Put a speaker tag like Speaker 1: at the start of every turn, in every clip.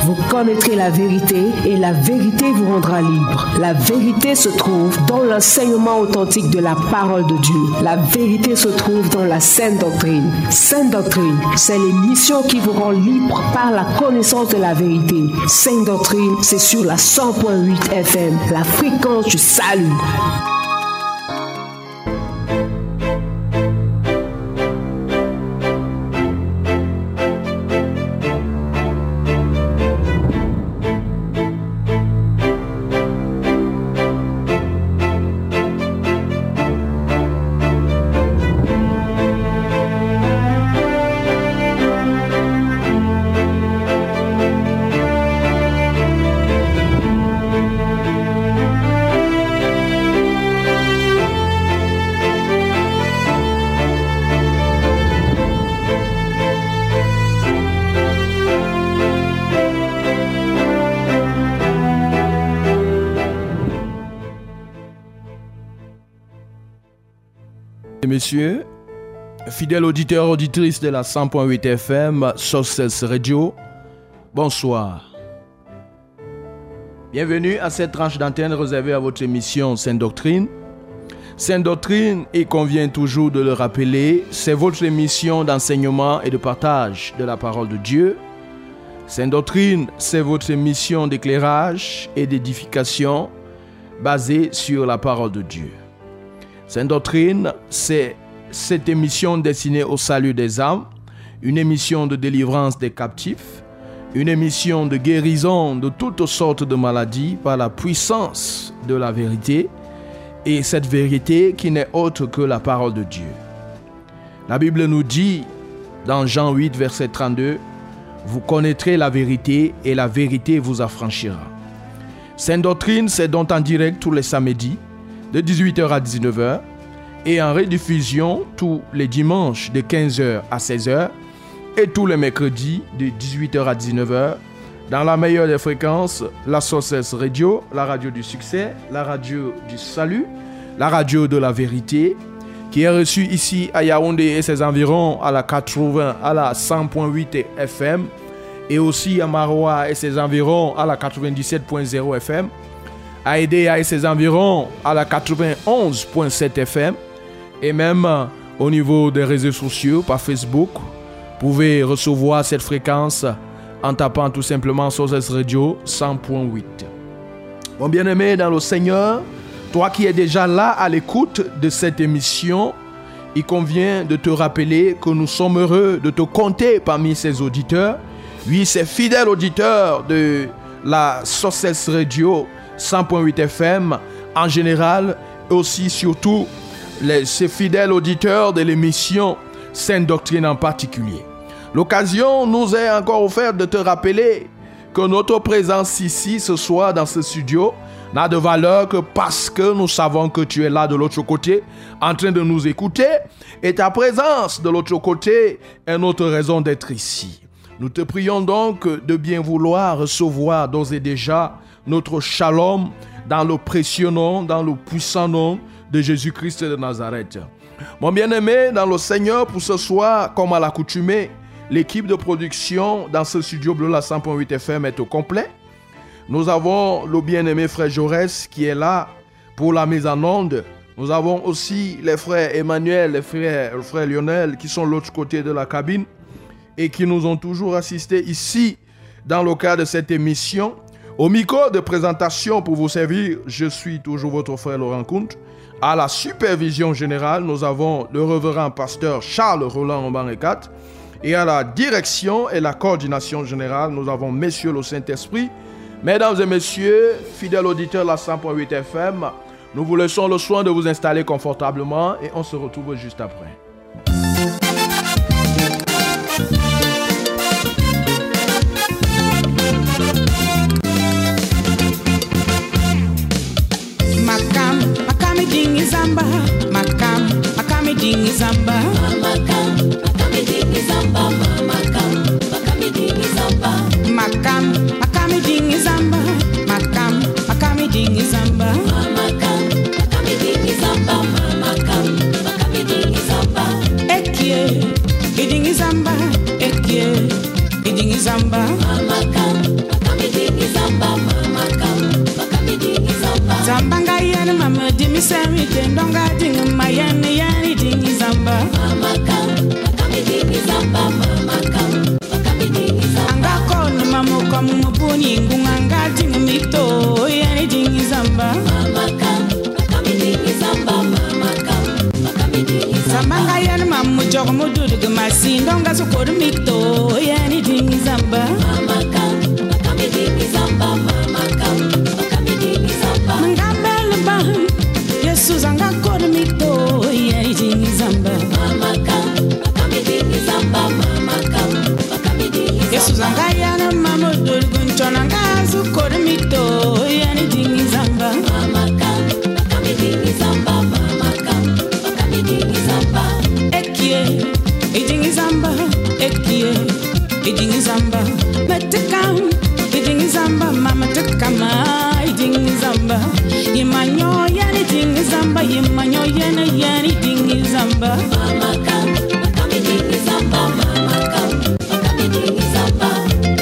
Speaker 1: Vous connaîtrez la vérité et la vérité vous rendra libre. La vérité se trouve dans l'enseignement authentique de la parole de Dieu. La vérité se trouve dans la Sainte Doctrine. Sainte Doctrine, c'est l'émission qui vous rend libre par la connaissance de la vérité. Sainte Doctrine, c'est sur la 100.8 FM, la fréquence du salut.
Speaker 2: Messieurs, fidèles auditeurs, auditrices de la 100.8 FM, Sources Radio, bonsoir. Bienvenue à cette tranche d'antenne réservée à votre émission Sainte Doctrine. Sainte Doctrine, il convient toujours de le rappeler, c'est votre émission d'enseignement et de partage de la parole de Dieu. Sainte Doctrine, c'est votre émission d'éclairage et d'édification basée sur la parole de Dieu. Sainte Doctrine, c'est cette émission destinée au salut des âmes, une émission de délivrance des captifs, une émission de guérison de toutes sortes de maladies par la puissance de la vérité, et cette vérité qui n'est autre que la parole de Dieu. La Bible nous dit, dans Jean 8, verset 32, « Vous connaîtrez la vérité et la vérité vous affranchira. » Sainte Doctrine, c'est donc en direct tous les samedis, de 18h à 19h et en rediffusion tous les dimanches de 15h à 16h et tous les mercredis de 18h à 19h dans la meilleure des fréquences, la Sources Radio, la radio du succès, la radio du salut, la radio de la vérité qui est reçue ici à Yaoundé et ses environs à la 80, à la 100.8 FM et aussi à Maroua et ses environs à la 97.0 FM, à Edea et ses environs à la 91.7 FM et même au niveau des réseaux sociaux par Facebook. Vous pouvez recevoir cette fréquence en tapant tout simplement Sources Radio 100.8. Mon bien-aimé dans le Seigneur, toi qui es déjà là à l'écoute de cette émission, il convient de te rappeler que nous sommes heureux de te compter parmi ces auditeurs. Oui, ces fidèles auditeurs de la Sources Radio 100.8 FM en général, et aussi surtout ces fidèles auditeurs de l'émission Sainte Doctrine en particulier. L'occasion nous est encore offerte de te rappeler que notre présence ici ce soir dans ce studio n'a de valeur que parce que nous savons que tu es là de l'autre côté en train de nous écouter, et ta présence de l'autre côté est notre raison d'être ici. Nous te prions donc de bien vouloir recevoir d'ores et déjà notre shalom dans le précieux nom, dans le puissant nom de Jésus-Christ de Nazareth. Mon bien-aimé dans le Seigneur, pour ce soir, comme à l'accoutumée, l'équipe de production dans ce studio bleu la 100.8 FM est au complet. Nous avons le bien-aimé frère Jaurès qui est là pour la mise en onde. Nous avons aussi les frères Emmanuel, le frère Lionel qui sont de l'autre côté de la cabine et qui nous ont toujours assistés ici dans le cadre de cette émission. Au micro de présentation pour vous servir, je suis toujours votre frère Laurent Kunt. À la supervision générale, nous avons le révérend pasteur Charles Roland Ombarekat. Et à la direction et la coordination générale, nous avons messieurs le Saint-Esprit. Mesdames et messieurs, fidèles auditeurs de la 100.8 FM, nous vous laissons le soin de vous installer confortablement et on se retrouve juste après.
Speaker 3: Makam dingi zamba, makam dingi zamba, makam dingi zamba, makam dingi zamba, makam dingi zamba, makam dingi zamba, makam dingi zamba, makam dingi zamba, ekie, dingi zamba, ekie, dingi zamba, makam ngazo kodmito yani dingi zamba mama kam bakame dingi zamba mama kam bakame dingi zamba mangambele ba Yesu zanga kodmito yani dingi zamba mama kam bakame dingi zamba mama kam bakame dingi zamba Yesu zanga yana mama dolgunchona ngazo kodmito yani dingi zamba mama kam bakame dingi zamba mama kam bakame dingi zamba ekie idingi zamba ekie idingi zamba matekam idingi zamba mama tekama idingi zamba yimanyo yani idingi zamba yimanyo yani idingi zamba mama kam bakam idingi zamba mama kam bakam idingi zamba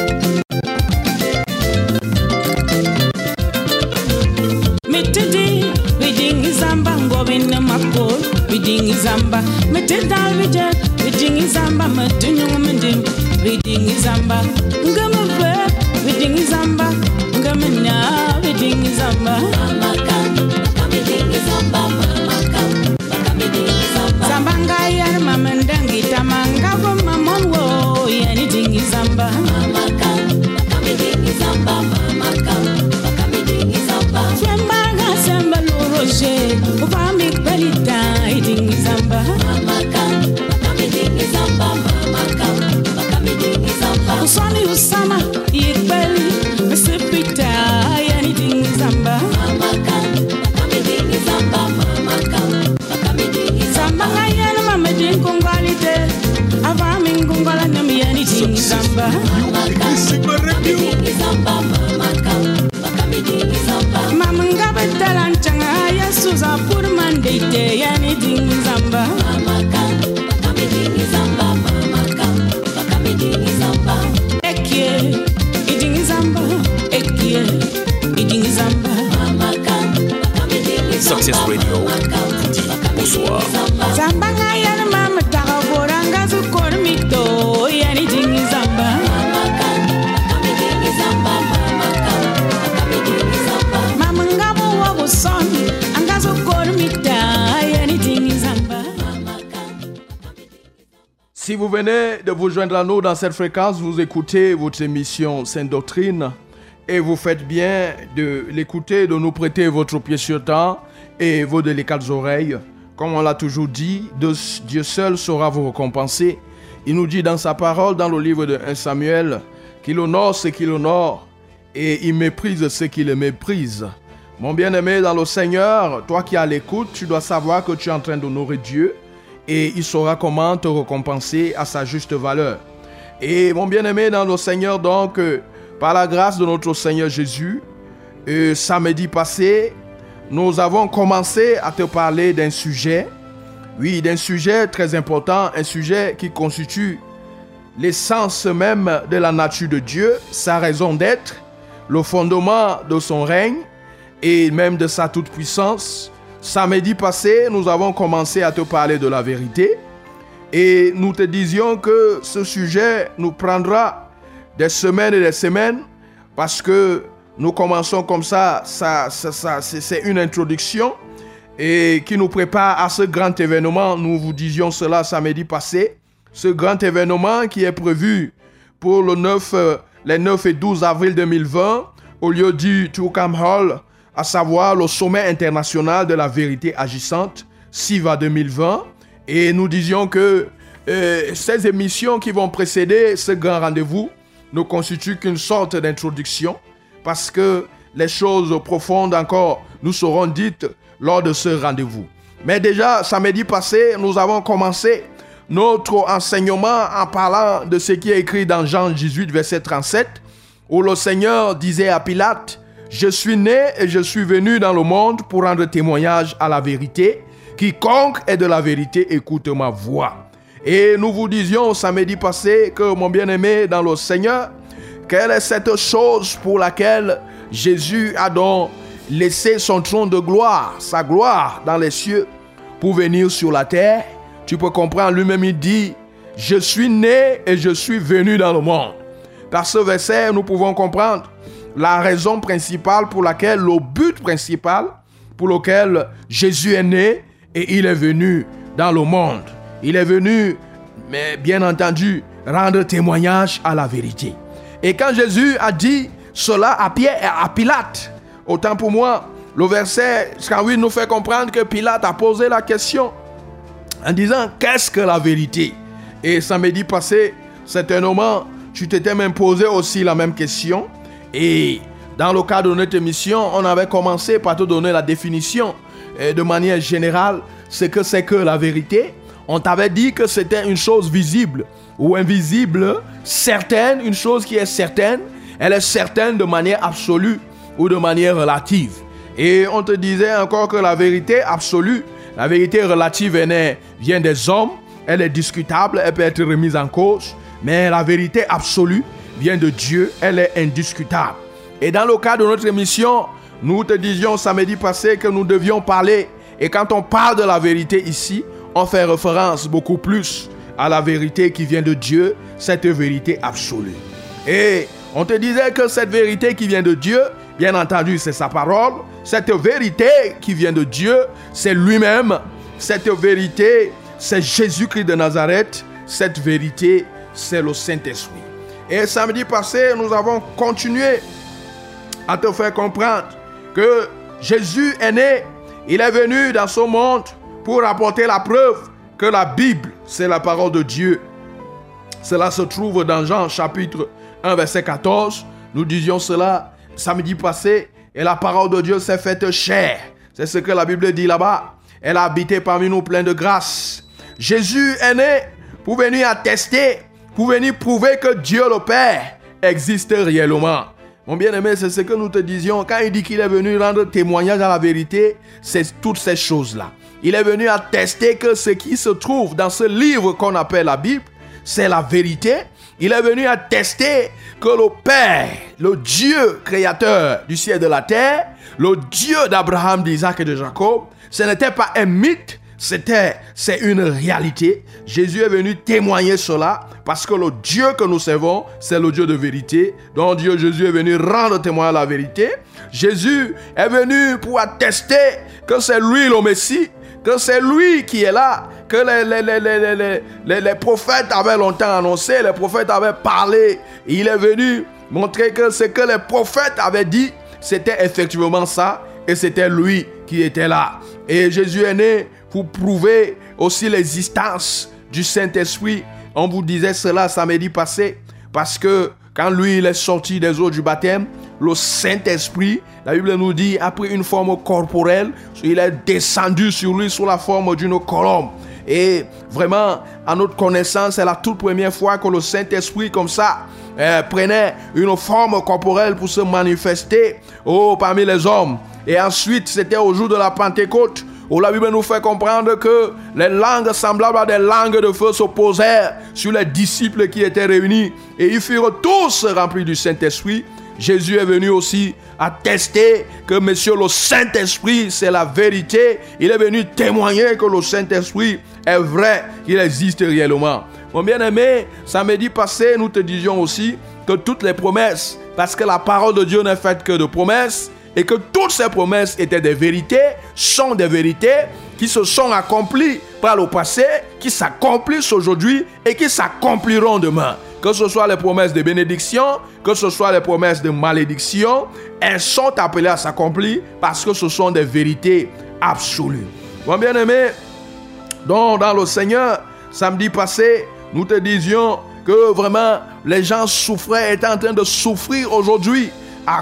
Speaker 3: mitidi idingi zamba ngobina makol idingi zamba mitida wije idingi zamba matunyungu mindim idingi zamba ngamave idingi zamba ngamenya idingi zamba mama kam bakam idingi zamba mama kam bakam idingi zamba zamba ngaya mama ndangi tamanga mamon wo yani idingi zamba mama kam bakam idingi zamba mama kam bakam idingi zamba semba semba loroje uvami balita idingi zamba mama kam bakam idingi zamba mama kam bakam idingi zamba usoni usama ikbeli mesipita yani idingi zamba mama kam bakam idingi zamba mama kam bakam idingi zamba ngayana mama dingo ngalite avami ngongala nyami yani idingi zamba mama kam bakam idingi zamba mama kam bakam idingi zamba mama ngabetala nchanga Yesu za purmandite yani idingi zamba mama kam bakam idingi zamba mama kam bakam idingi zamba ekie idingi zamba ekie idingi zamba mama kam bakam idingi zamba
Speaker 4: Success Radio vous dit bonsoir.
Speaker 3: zamba ngayana mama tagavoranga zukormito yani idingi zamba mama kam bakam idingi zamba mama kam bakam idingi zamba mama ngabo wagoson angazo kormita yani idingi zamba mama kam
Speaker 2: Si vous venez de vous joindre à nous dans cette fréquence, vous écoutez votre émission Sainte Doctrine et vous faites bien de l'écouter, de nous prêter votre précieux temps et vos délicates oreilles. Comme on l'a toujours dit, Dieu seul saura vous récompenser. Il nous dit dans sa parole, dans le livre de 1 Samuel, qu'il honore ceux qui l'honorent et il méprise ceux qui le méprisent. Mon bien-aimé dans le Seigneur, toi qui as l'écoute, tu dois savoir que tu es en train d'honorer Dieu et il saura comment te récompenser à sa juste valeur. Et mon bien-aimé dans le Seigneur, donc, par la grâce de notre Seigneur Jésus, samedi passé, nous avons commencé à te parler d'un sujet, oui, d'un sujet très important, un sujet qui constitue l'essence même de la nature de Dieu, sa raison d'être, le fondement de son règne et même de sa toute-puissance. Samedi passé, nous avons commencé à te parler de la vérité et nous te disions que ce sujet nous prendra des semaines et des semaines parce que nous commençons comme ça, c'est une introduction et qui nous prépare à ce grand événement. Nous vous disions cela samedi passé, ce grand événement qui est prévu pour les 9 et 12 avril 2020 au lieu du Turkham Hall, à savoir le sommet international de la vérité agissante, SIVA 2020. Et nous disions que ces émissions qui vont précéder ce grand rendez-vous ne constituent qu'une sorte d'introduction parce que les choses profondes encore nous seront dites lors de ce rendez-vous. Mais déjà, samedi passé, nous avons commencé notre enseignement en parlant de ce qui est écrit dans Jean 18, verset 37, où le Seigneur disait à Pilate, « Je suis né et je suis venu dans le monde pour rendre témoignage à la vérité. Quiconque est de la vérité, écoute ma voix. » Et nous vous disions samedi passé que, mon bien-aimé dans le Seigneur, quelle est cette chose pour laquelle Jésus a donc laissé son trône de gloire, sa gloire dans les cieux, pour venir sur la terre? Tu peux comprendre, lui-même il dit, « Je suis né et je suis venu dans le monde. » Par ce verset, nous pouvons comprendre la raison principale pour laquelle, le but principal pour lequel Jésus est né et il est venu dans le monde. Il est venu mais bien entendu, rendre témoignage à la vérité. Et quand Jésus a dit cela à Pierre et à Pilate, autant pour moi, le verset 38 nous fait comprendre que Pilate a posé la question en disant « Qu'est-ce que la vérité ?» Et samedi passé, certainement, tu t'étais même posé aussi la même question. Et dans le cadre de notre émission, on avait commencé par te donner la définition de manière générale, ce que c'est que la vérité. On t'avait dit que c'était une chose visible ou invisible, certaine, une chose qui est certaine. Elle est certaine de manière absolue ou de manière relative. Et on te disait encore que la vérité absolue, la vérité relative vient des hommes, elle est discutable, elle peut être remise en cause, mais la vérité absolue vient de Dieu, elle est indiscutable. Et dans le cadre de notre émission, nous te disions samedi passé que nous devions parler, et quand on parle de la vérité ici, on fait référence beaucoup plus à la vérité qui vient de Dieu, cette vérité absolue. Et on te disait que cette vérité qui vient de Dieu, bien entendu, c'est sa parole. Cette vérité qui vient de Dieu, c'est lui-même. Cette vérité, c'est Jésus-Christ de Nazareth. Cette vérité, c'est le Saint-Esprit. Et samedi passé, nous avons continué à te faire comprendre que Jésus est né. Il est venu dans ce monde pour apporter la preuve que la Bible, c'est la parole de Dieu. Cela se trouve dans Jean chapitre 1, verset 14. Nous disions cela samedi passé. Et la parole de Dieu s'est faite chair. C'est ce que la Bible dit là-bas. Elle a habité parmi nous plein de grâce. Jésus est né pour venir attester, pour venir prouver que Dieu le Père existe réellement. Mon bien-aimé, c'est ce que nous te disions. Quand il dit qu'il est venu rendre témoignage à la vérité, c'est toutes ces choses-là. Il est venu attester que ce qui se trouve dans ce livre qu'on appelle la Bible, c'est la vérité. Il est venu attester que le Père, le Dieu créateur du ciel et de la terre, le Dieu d'Abraham, d'Isaac et de Jacob, ce n'était pas un mythe, c'est une réalité. Jésus est venu témoigner cela parce que le Dieu que nous servons, c'est le Dieu de vérité. Donc Jésus est venu rendre témoin à la vérité. Jésus est venu pour attester que c'est lui le Messie, que c'est lui qui est là, que les prophètes avaient longtemps annoncé, les prophètes avaient parlé. Il est venu montrer que ce que les prophètes avaient dit, c'était effectivement ça, et c'était lui qui était là. Et Jésus est né pour prouver aussi l'existence du Saint-Esprit. On vous disait cela samedi passé, parce que quand lui il est sorti des eaux du baptême, le Saint-Esprit, la Bible nous dit, a pris une forme corporelle, il est descendu sur lui sous la forme d'une colombe. Et vraiment, à notre connaissance, c'est la toute première fois que le Saint-Esprit comme ça prenait une forme corporelle pour se manifester parmi les hommes. Et ensuite, c'était au jour de la Pentecôte, où la Bible nous fait comprendre que les langues semblables à des langues de feu se posèrent sur les disciples qui étaient réunis. Et ils furent tous remplis du Saint-Esprit. Jésus est venu aussi attester que monsieur le Saint-Esprit, c'est la vérité. Il est venu témoigner que le Saint-Esprit est vrai, qu'il existe réellement. Mon bien-aimé, samedi passé, nous te disions aussi que toutes les promesses, parce que la parole de Dieu n'est faite que de promesses, et que toutes ces promesses étaient des vérités, sont des vérités qui se sont accomplies par le passé, qui s'accomplissent aujourd'hui et qui s'accompliront demain. Que ce soit les promesses de bénédiction, que ce soit les promesses de malédiction, elles sont appelées à s'accomplir parce que ce sont des vérités absolues. Mon bien-aimé, donc dans le Seigneur, samedi passé, nous te disions que vraiment les gens souffraient, étaient en train de souffrir aujourd'hui à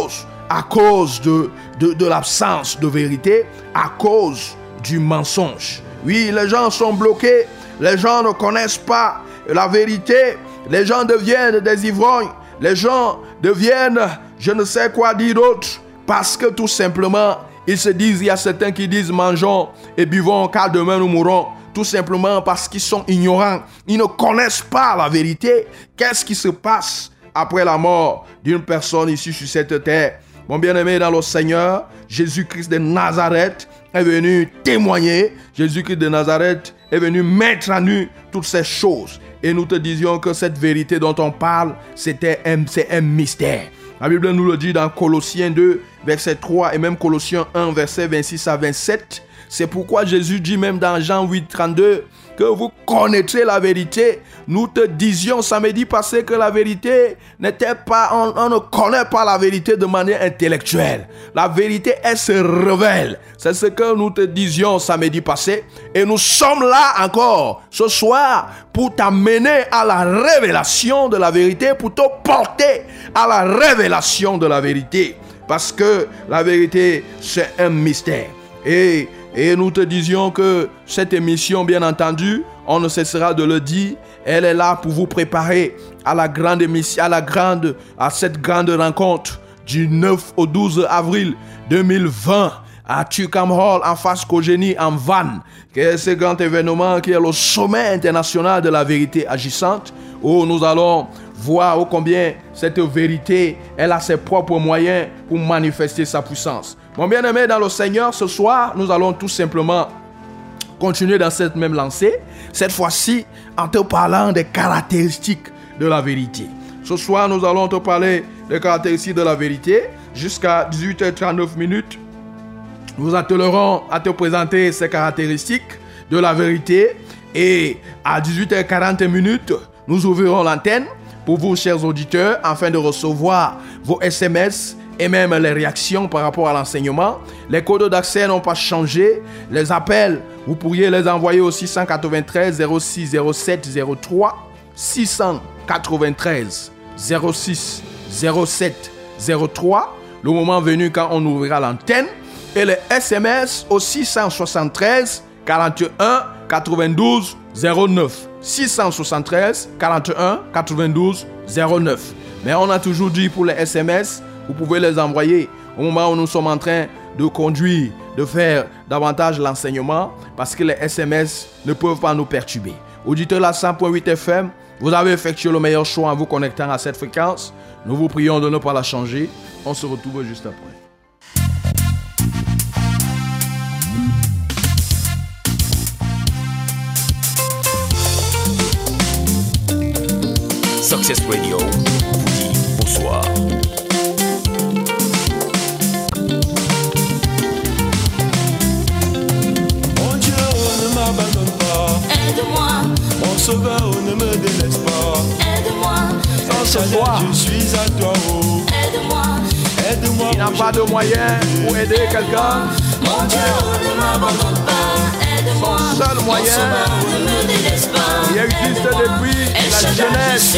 Speaker 2: cause de l'absence de vérité, à cause du mensonge. Oui, les gens sont bloqués, les gens ne connaissent pas la vérité, les gens deviennent des ivrognes, les gens deviennent je ne sais quoi dire d'autre, parce que tout simplement, ils se disent, il y a certains qui disent mangeons et buvons car demain nous mourrons. Tout simplement parce qu'ils sont ignorants, ils ne connaissent pas la vérité. Qu'est-ce qui se passe après la mort d'une personne ici sur cette terre? Mon bien-aimé dans le Seigneur, Jésus-Christ de Nazareth est venu témoigner. Jésus-Christ de Nazareth est venu mettre à nu toutes ces choses. Et nous te disions que cette vérité dont on parle, c'est un mystère. La Bible nous le dit dans Colossiens 2, verset 3 et même Colossiens 1, verset 26 à 27. C'est pourquoi Jésus dit même dans Jean 8, 32 que vous connaîtrez la vérité. Nous te disions samedi passé que la vérité n'était pas, on ne connaît pas la vérité de manière intellectuelle. La vérité, elle se révèle. C'est ce que nous te disions samedi passé. Et nous sommes là encore ce soir pour t'amener à la révélation de la vérité, pour te porter à la révélation de la vérité. Parce que la vérité, c'est un mystère. Et nous te disions que cette émission, bien entendu, on ne cessera de le dire, elle est là pour vous préparer à la grande émission, à cette grande rencontre du 9 au 12 avril 2020 à Turkham Hall en face Cogénie en Vannes. C'est ce grand événement qui est le sommet international de la vérité agissante, où nous allons voir ô combien cette vérité, elle a ses propres moyens pour manifester sa puissance. Mon bien-aimé dans le Seigneur, ce soir, nous allons tout simplement continuer dans cette même lancée, cette fois-ci en te parlant des caractéristiques de la vérité. Ce soir, nous allons te parler des caractéristiques de la vérité jusqu'à 18h39 minutes. Nous attellerons à te présenter ces caractéristiques de la vérité et à 18h40 minutes, nous ouvrirons l'antenne pour vous, chers auditeurs, afin de recevoir vos SMS et même les réactions par rapport à l'enseignement. Les codes d'accès n'ont pas changé. Les appels, vous pourriez les envoyer au 693 06 07 03, 693 06 07 03, le moment venu quand on ouvrira l'antenne. Et les SMS au 673 41 92 09. 673 41 92 09. Mais on a toujours dit pour les SMS, vous pouvez les envoyer au moment où nous sommes en train de conduire, de faire davantage l'enseignement, parce que les SMS ne peuvent pas nous perturber. Auditeur la 100.8 FM, vous avez effectué le meilleur choix en vous connectant à cette fréquence. Nous vous prions de ne pas la changer. On se retrouve juste après.
Speaker 4: Success Radio vous dit bonsoir.
Speaker 5: Mon Dieu, ne m'abandonne pas.
Speaker 3: Aide-moi.
Speaker 5: Mon Sauveur, ne me délaisse pas.
Speaker 3: Aide-moi.
Speaker 5: Sans Shaddai, je suis à toi. Oh.
Speaker 3: Aide-moi.
Speaker 5: Aide-moi.
Speaker 2: Il n'a pas de moyen pour aider quelqu'un.
Speaker 3: Mon Dieu, ne m'abandonne pas. Aide-moi.
Speaker 2: Son seul moyen,
Speaker 3: Mon Sauveur, ne me délaisse pas.
Speaker 2: il existe depuis la jeunesse,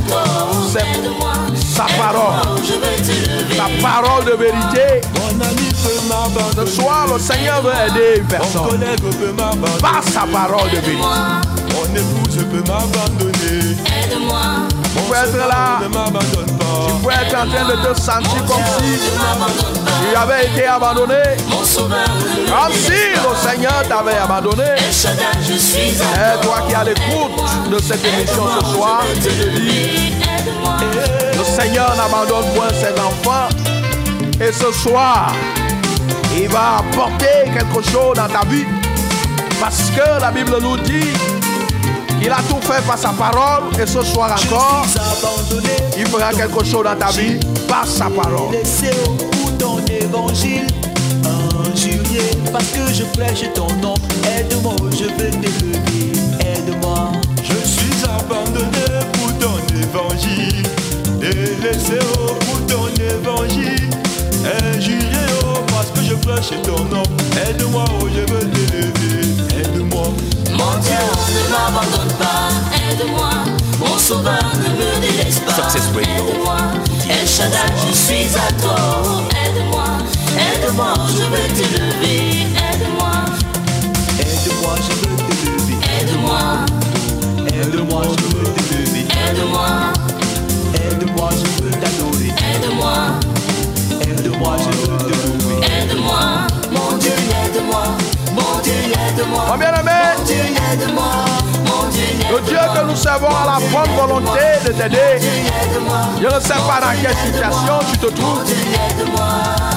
Speaker 2: c'est sa parole, sa parole de vérité.
Speaker 5: Mon ami peut m'abandonner.
Speaker 2: Ce soir, le Seigneur veut aider une
Speaker 5: Mon
Speaker 2: personne
Speaker 5: collègue peut m'abandonner.
Speaker 2: par sa parole de vérité.
Speaker 5: Mon épouse peut m'abandonner.
Speaker 3: Aide-moi.
Speaker 2: Vous pouvez être là,
Speaker 5: Ne m'abandonne pas.
Speaker 2: vous pouvez être en train de te sentir comme si tu avais été abandonné,
Speaker 3: Mon Sauveur,
Speaker 2: comme si le Seigneur t'avait abandonné.
Speaker 3: El Shaddai, je suis à
Speaker 2: Et toi qui as l'écoute de cette émission ce soir, je te dis,
Speaker 3: Aide-moi.
Speaker 2: le Seigneur n'abandonne point ses enfants. Et ce soir, il va apporter quelque chose dans ta vie. Parce que la Bible nous dit qu'il a tout fait par sa parole. Et ce soir encore,
Speaker 6: Abandonné,
Speaker 2: il fera quelque chose dans ta vie par sa parole.
Speaker 6: laissé au bout ton évangile, injurié parce que je prêche ton nom. Aide-moi, je veux t'élever. Aide-moi.
Speaker 5: Je suis abandonné pour ton évangile. Délaissé pour ton évangile. Injurié parce que je prêche ton nom. Aide-moi, oh, je veux t'élever. Aide-moi.
Speaker 3: Mon Dieu, ne m'abandonne pas, aide-moi. Mon Sauveur, ne me délaisse pas,
Speaker 4: Success Radio.
Speaker 3: aide-moi. El Shaddai, je suis à toi, aide-moi. Aide-moi, je veux t'élever, aide-moi.
Speaker 6: Aide-moi, je veux t'élever.
Speaker 3: Aide-moi,
Speaker 6: Aide-moi, je veux t'élever.
Speaker 3: aide-moi,
Speaker 6: Aide-moi, je veux t'adorer.
Speaker 3: aide-moi,
Speaker 6: Aide-moi, je veux te louer.
Speaker 3: aide-moi. Mon Dieu, aide-moi. Mon Dieu, aide-moi.
Speaker 2: Mon bien-aimé,
Speaker 3: Mon Dieu, aide-moi. Mon Dieu,
Speaker 2: le Dieu que nous servons a la bonne volonté de t'aider.
Speaker 3: aide-moi.
Speaker 2: Je ne sais pas dans quelle situation tu te trouves.
Speaker 3: Mon Dieu, aide-moi.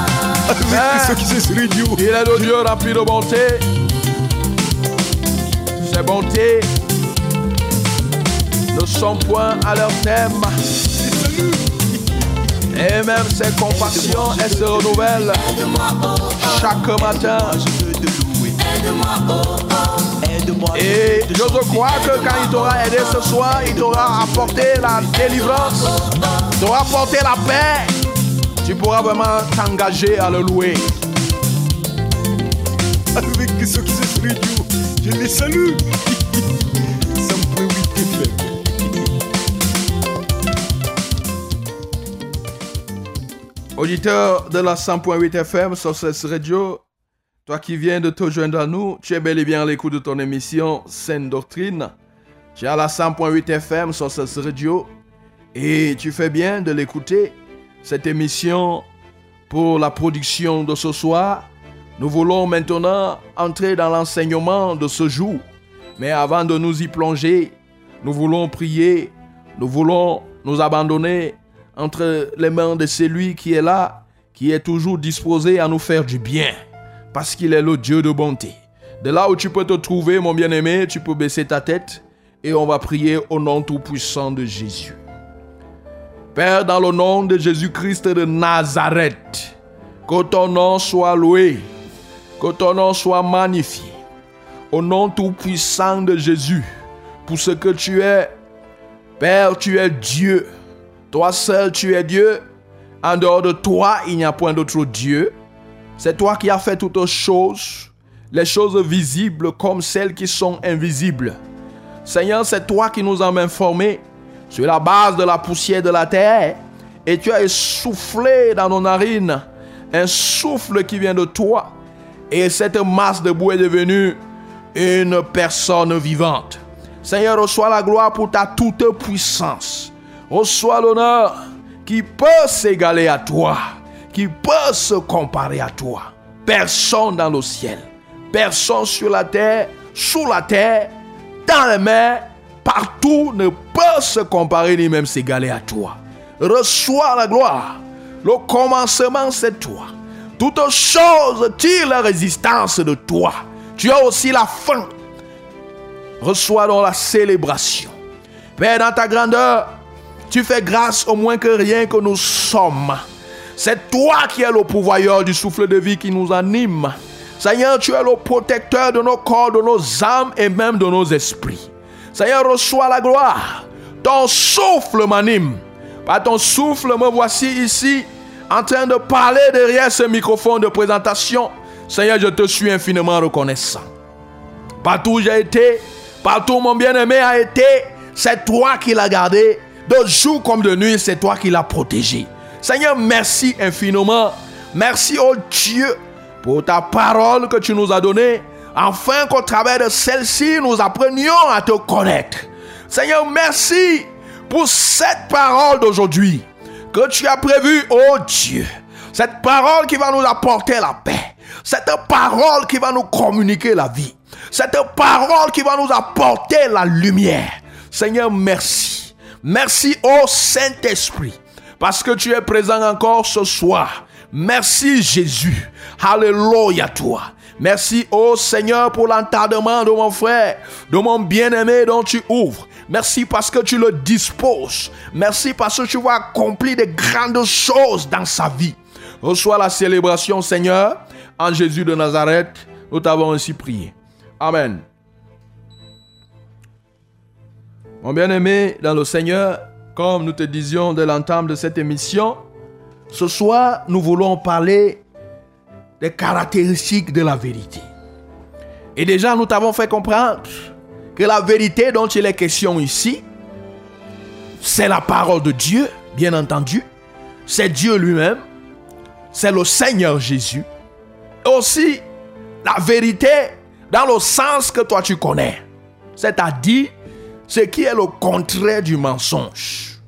Speaker 2: Mais il est le Dieu rempli de bonté. Ses bontés ne sont point à leur terme. Et même ses compassions, elles se renouvellent chaque matin.
Speaker 6: Je veux te louer.
Speaker 2: Et je crois que quand il t'aura aidé ce soir, il t'aura apporté la délivrance, il t'aura apporté la paix, tu pourras vraiment t'engager à le louer.
Speaker 7: Avec ceux qui s'expriment, je les salue. 100.8 FM.
Speaker 2: Auditeur de la 100.8 FM sur cette radio, toi qui viens de te joindre à nous, tu es bel et bien à l'écoute de ton émission Sainte Doctrine. Tu es à la 100.8 FM sur cette radio et tu fais bien de l'écouter. Cette émission pour la production de ce soir. Nous voulons maintenant entrer dans l'enseignement de ce jour. Mais avant de nous y plonger, nous voulons prier, nous voulons nous abandonner entre les mains de celui qui est là, qui est toujours disposé à nous faire du bien, parce qu'il est le Dieu de bonté. De là où tu peux te trouver, mon bien-aimé, tu peux baisser ta tête et on va prier au nom tout-puissant de Jésus. Père, dans le nom de Jésus-Christ de Nazareth, que ton nom soit loué, que ton nom soit magnifié. Au nom tout-puissant de Jésus, pour ce que tu es, Père, tu es Dieu. Toi seul, tu es Dieu. En dehors de toi, il n'y a point d'autre Dieu. C'est toi qui as fait toutes choses, les choses visibles comme celles qui sont invisibles. Seigneur, c'est toi qui nous as informés sur la base de la poussière de la terre, et tu as soufflé dans nos narines un souffle qui vient de toi, et cette masse de boue est devenue une personne vivante. Seigneur, reçois la gloire pour ta toute puissance. Reçois l'honneur qui peut s'égaler à toi, qui peut se comparer à toi. Personne dans le ciel, personne sur la terre, sous la terre, dans les mers, partout ne peut se comparer ni même s'égaler à toi. Reçois la gloire. Le commencement, c'est toi. Toutes choses tirent la résistance de toi. Tu as aussi la fin. Reçois donc la célébration. Père, dans ta grandeur, tu fais grâce au moins que rien que nous sommes. C'est toi qui es le pourvoyeur du souffle de vie qui nous anime. Seigneur, tu es le protecteur de nos corps, de nos âmes et même de nos esprits. Seigneur, reçois la gloire. Ton souffle m'anime. Par ton souffle, me voici ici, en train de parler derrière ce microphone de présentation. Seigneur, je te suis infiniment reconnaissant. Partout où j'ai été, partout où mon bien-aimé a été, c'est toi qui l'as gardé. De jour comme de nuit, c'est toi qui l'as protégé. Seigneur, merci infiniment. Merci, oh Dieu, pour ta parole que tu nous as donnée, afin qu'au travers de celle-ci, nous apprenions à te connaître. Seigneur, merci pour cette parole d'aujourd'hui que tu as prévue, oh Dieu. Cette parole qui va nous apporter la paix. Cette parole qui va nous communiquer la vie. Cette parole qui va nous apporter la lumière. Seigneur, merci. Merci, ô Saint-Esprit, parce que tu es présent encore ce soir. Merci, Jésus. Alléluia, toi. Merci, ô Seigneur, pour l'entendement de mon frère, de mon bien-aimé dont tu ouvres. Merci parce que tu le disposes. Merci parce que tu vas accomplir de grandes choses dans sa vie. Reçois la célébration, Seigneur. En Jésus de Nazareth, nous t'avons ainsi prié. Amen. Mon bien-aimé dans le Seigneur, comme nous te disions dès l'entame de cette émission, ce soir, nous voulons parler des caractéristiques de la vérité. Et déjà, nous t'avons fait comprendre que la vérité dont il est question ici, c'est la parole de Dieu, bien entendu. C'est Dieu lui-même. C'est le Seigneur Jésus. Et aussi, la vérité dans le sens que toi tu connais. C'est-à-dire, ce qui est le contraire du mensonge.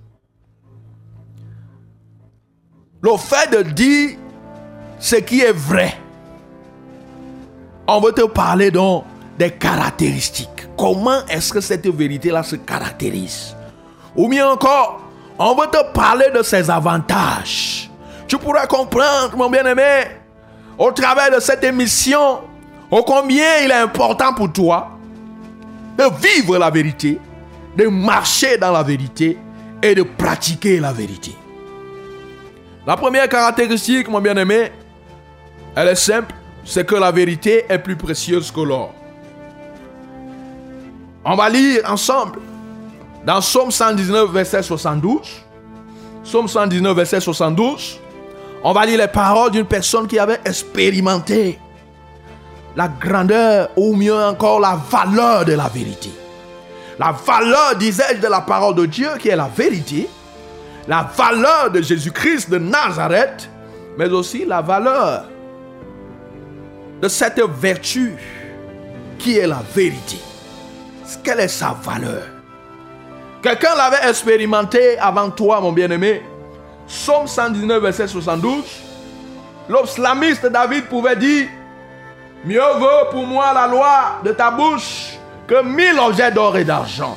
Speaker 2: Le fait de dire ce qui est vrai. On veut te parler donc des caractéristiques. Comment est-ce que cette vérité-là se caractérise? Ou bien encore, on veut te parler de ses avantages. Tu pourras comprendre, mon bien-aimé, au travers de cette émission, ô combien il est important pour toi de vivre la vérité, de marcher dans la vérité et de pratiquer la vérité. La première caractéristique, mon bien-aimé, elle est simple. c'est que la vérité est plus précieuse que l'or. On va lire ensemble dans Psaume 119, verset 72. Psaume 119, verset 72. On va lire les paroles d'une personne qui avait expérimenté la grandeur, ou mieux encore la valeur de la vérité. La valeur, disais-je, de la parole de Dieu qui est la vérité. La valeur de Jésus-Christ de Nazareth, mais aussi la valeur de cette vertu qui est la vérité. Quelle est sa valeur? Quelqu'un l'avait expérimenté avant toi, mon bien-aimé. Psaume 119, verset 72. L'islamiste David pouvait dire: mieux vaut pour moi la loi de ta bouche que 1000 objets d'or et d'argent.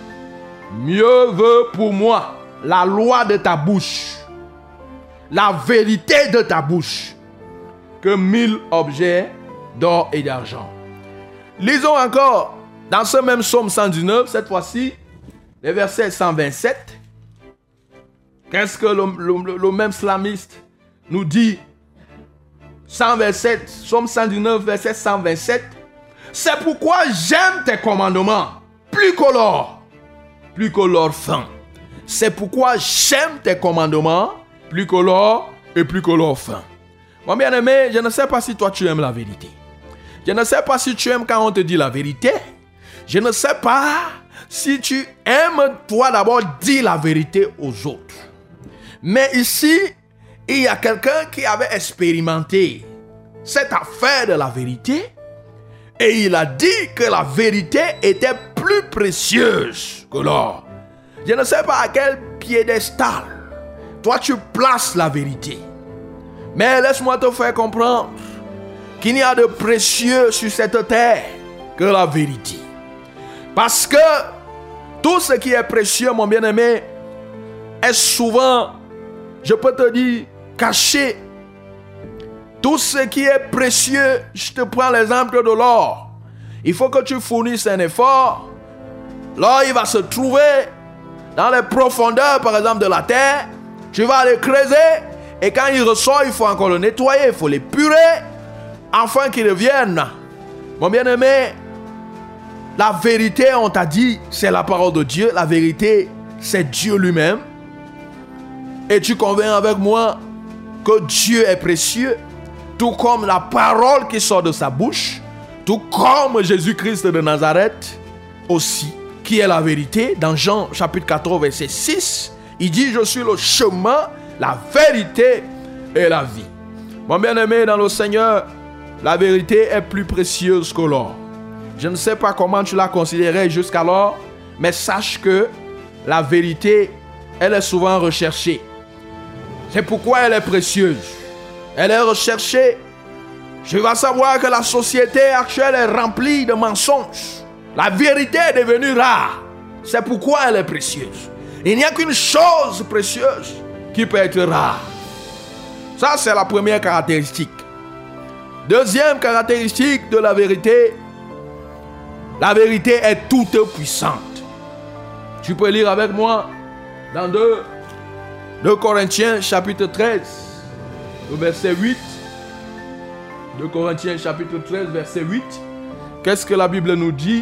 Speaker 2: Mieux vaut pour moi la loi de ta bouche, la vérité de ta bouche, que 1000 objets d'or et d'argent. Lisons encore dans ce même psaume 119, cette fois-ci, les versets 127. Qu'est-ce que le même slamiste nous dit? 127, psaume 119, verset 127. C'est pourquoi j'aime tes commandements plus que l'or fin. C'est pourquoi j'aime tes commandements plus que l'or et plus que l'or fin. Mon bien-aimé, je ne sais pas si toi tu aimes la vérité. Je ne sais pas si tu aimes quand on te dit la vérité. Je ne sais pas si tu aimes toi d'abord dire la vérité aux autres. Mais ici, il y a quelqu'un qui avait expérimenté cette affaire de la vérité et il a dit que la vérité était plus précieuse que l'or. Je ne sais pas à quel piédestal toi tu places la vérité. Mais laisse-moi te faire comprendre qu'il n'y a de précieux sur cette terre que la vérité. Parce que tout ce qui est précieux, mon bien-aimé, est souvent, je peux te dire, caché. Tout ce qui est précieux, je te prends l'exemple de l'or. Il faut que tu fournisses un effort. L'or, il va se trouver dans les profondeurs, par exemple, de la terre. Tu vas le creuser et quand il ressort, il faut encore le nettoyer, il faut l'épurer afin qu'il revienne. Mon bien-aimé, la vérité, on t'a dit, c'est la parole de Dieu. La vérité, c'est Dieu lui-même. Et tu conviens avec moi que Dieu est précieux, tout comme la parole qui sort de sa bouche, tout comme Jésus-Christ de Nazareth aussi, qui est la vérité. Dans Jean chapitre 14, verset 6, il dit: je suis le chemin, la vérité et la vie. Mon bien-aimé dans le Seigneur, la vérité est plus précieuse que l'or. Je ne sais pas comment tu l'as considérée jusqu'alors, mais sache que la vérité, elle est souvent recherchée. C'est pourquoi elle est précieuse. Elle est recherchée. Je vais savoir que la société actuelle est remplie de mensonges. La vérité est devenue rare. C'est pourquoi elle est précieuse. Il n'y a qu'une chose précieuse qui peut être rare. Ça, c'est la première caractéristique. Deuxième caractéristique de la vérité est toute puissante. Tu peux lire avec moi dans 2 Corinthiens chapitre 13, verset 8. 2 Corinthiens chapitre 13, verset 8. Qu'est-ce que la Bible nous dit?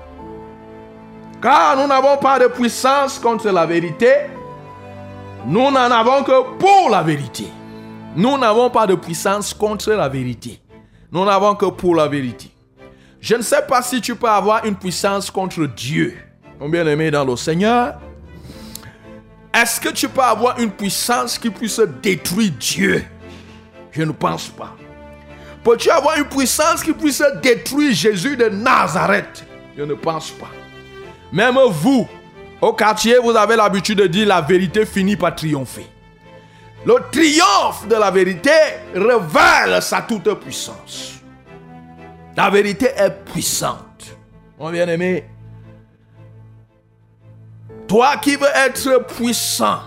Speaker 2: Car nous n'avons pas de puissance contre la vérité, nous n'en avons que pour la vérité. Nous n'avons pas de puissance contre la vérité. Nous n'avons que pour la vérité. Je ne sais pas si tu peux avoir une puissance contre Dieu, mon bien-aimé dans le Seigneur. Est-ce que tu peux avoir une puissance qui puisse détruire Dieu? Je ne pense pas. Peux-tu avoir une puissance qui puisse détruire Jésus de Nazareth? Je ne pense pas. Même vous, au quartier, vous avez l'habitude de dire la vérité finit par triompher. Le triomphe de la vérité révèle sa toute puissance. La vérité est puissante. Mon bien-aimé, toi qui veux être puissant,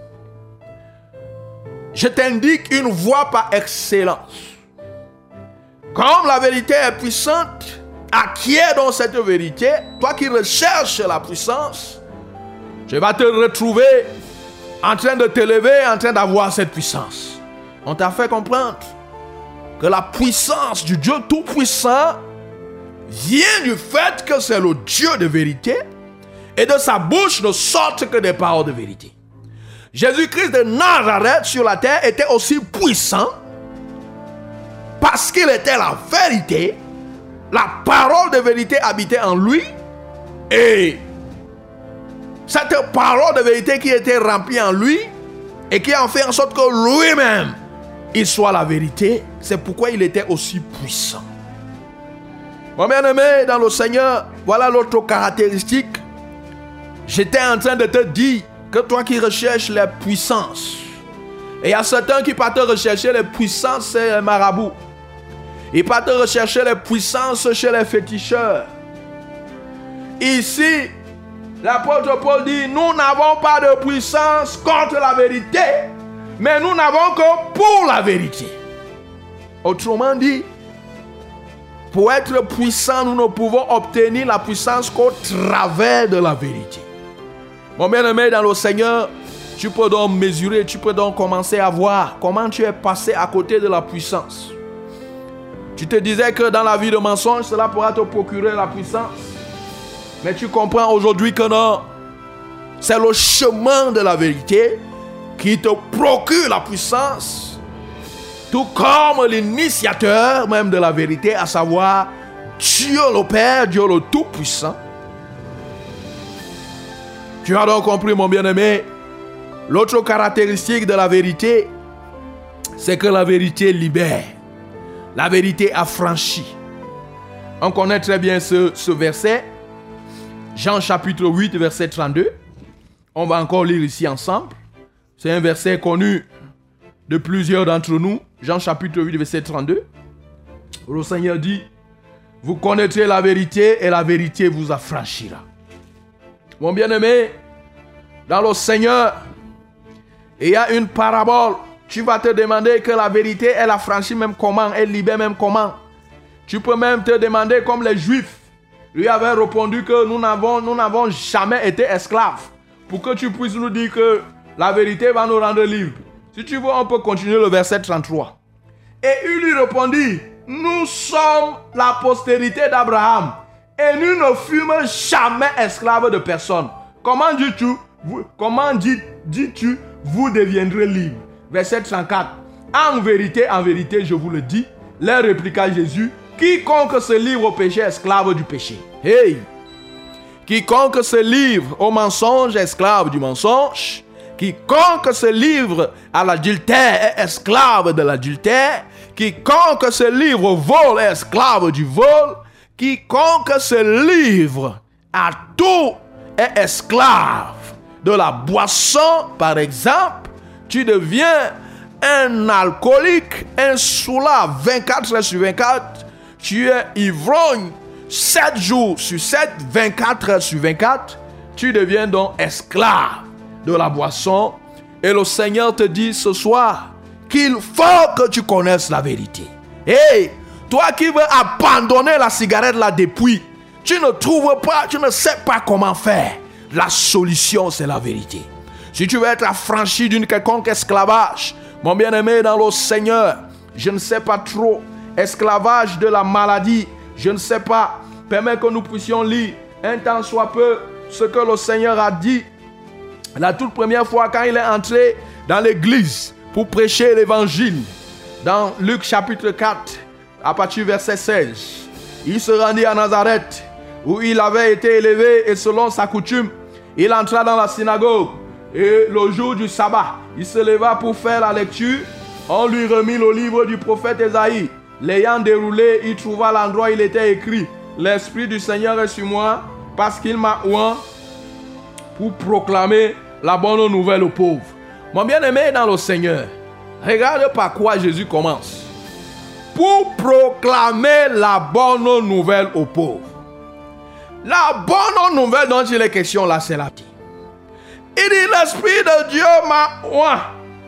Speaker 2: je t'indique une voie par excellence. Comme la vérité est puissante, acquiert donc cette vérité. Toi qui recherches la puissance, tu vas te retrouver en train de t'élever, en train d'avoir cette puissance. On t'a fait comprendre que que la puissance du Dieu Tout-Puissant vient du fait que c'est le Dieu de vérité et de sa bouche ne sortent que des paroles de vérité. Jésus-Christ de Nazareth sur la terre était aussi puissant parce qu'il était la vérité. La parole de vérité habitait en lui et cette parole de vérité qui était remplie en lui et qui a fait en sorte que lui-même il soit la vérité, c'est pourquoi il était aussi puissant. Mon bien-aimé dans le Seigneur, voilà l'autre caractéristique. J'étais en train de te dire que toi qui recherches les puissances, et il y a certains qui partent rechercher les puissances chez les marabouts, ils partent rechercher les puissances chez les féticheurs. Ici, l'apôtre Paul dit, nous n'avons pas de puissance contre la vérité, mais nous n'avons que pour la vérité. Autrement dit, pour être puissant, nous ne pouvons obtenir la puissance qu'au travers de la vérité. Mon bien-aimé dans le Seigneur, tu peux donc mesurer, tu peux donc commencer à voir comment tu es passé à côté de la puissance. Tu te disais que dans la vie de mensonge, cela pourra te procurer la puissance. Mais tu comprends aujourd'hui que non, c'est le chemin de la vérité qui te procure la puissance, tout comme l'initiateur même de la vérité, à savoir Dieu le Père, Dieu le Tout-Puissant. Tu as donc compris, mon bien-aimé, l'autre caractéristique de la vérité, c'est que la vérité libère, la vérité affranchit. On connaît très bien ce verset, Jean chapitre 8, verset 32. On va encore lire ici ensemble. C'est un verset connu de plusieurs d'entre nous. Jean chapitre 8, verset 32. Le Seigneur dit, vous connaîtrez la vérité et la vérité vous affranchira. Mon bien-aimé, dans le Seigneur, il y a une parabole. Tu vas te demander que la vérité, elle affranchit même comment, elle libère même comment. Tu peux même te demander comme les Juifs lui avaient répondu que nous n'avons jamais été esclaves. Pour que tu puisses nous dire que la vérité va nous rendre libres. Si tu veux, on peut continuer le verset 33. Et il lui répondit, nous sommes la postérité d'Abraham et nous ne fûmes jamais esclaves de personne. Comment dis-tu, vous deviendrez libres? Verset 34. En vérité, je vous le dis, leur répliqua Jésus, quiconque se livre au péché est esclave du péché. Hey! Quiconque se livre au mensonge est esclave du mensonge. Quiconque se livre à l'adultère est esclave de l'adultère. Quiconque se livre au vol est esclave du vol. Quiconque se livre à tout est esclave de la boisson. Par exemple, tu deviens un alcoolique, un soulard 24 heures sur 24. Tu es ivrogne 7 jours sur 7, 24 heures sur 24. Tu deviens donc esclave de la boisson. Et le Seigneur te dit ce soir qu'il faut que tu connaisses la vérité. Hey, toi qui veux abandonner la cigarette là depuis, tu ne trouves pas, tu ne sais pas comment faire. La solution, c'est la vérité. Si tu veux être affranchi d'une quelconque esclavage, mon bien-aimé dans le Seigneur, je ne sais pas trop, esclavage de la maladie, je ne sais pas, permets que nous puissions lire un tant soit peu ce que le Seigneur a dit la toute première fois quand il est entré dans l'église pour prêcher l'évangile. Dans Luc chapitre 4, à partir du verset 16, il se rendit à Nazareth où il avait été élevé et selon sa coutume, il entra dans la synagogue et le jour du sabbat, il se leva pour faire la lecture. On lui remit le livre du prophète Ésaïe. L'ayant déroulé, il trouva l'endroit où il était écrit: l'Esprit du Seigneur est sur moi parce qu'il m'a oint pour proclamer la bonne nouvelle aux pauvres. Mon bien-aimé dans le Seigneur, regarde par quoi Jésus commence. Pour proclamer la bonne nouvelle aux pauvres. La bonne nouvelle dont il est question là, c'est la petite. Il dit: l'Esprit de Dieu m'a oint.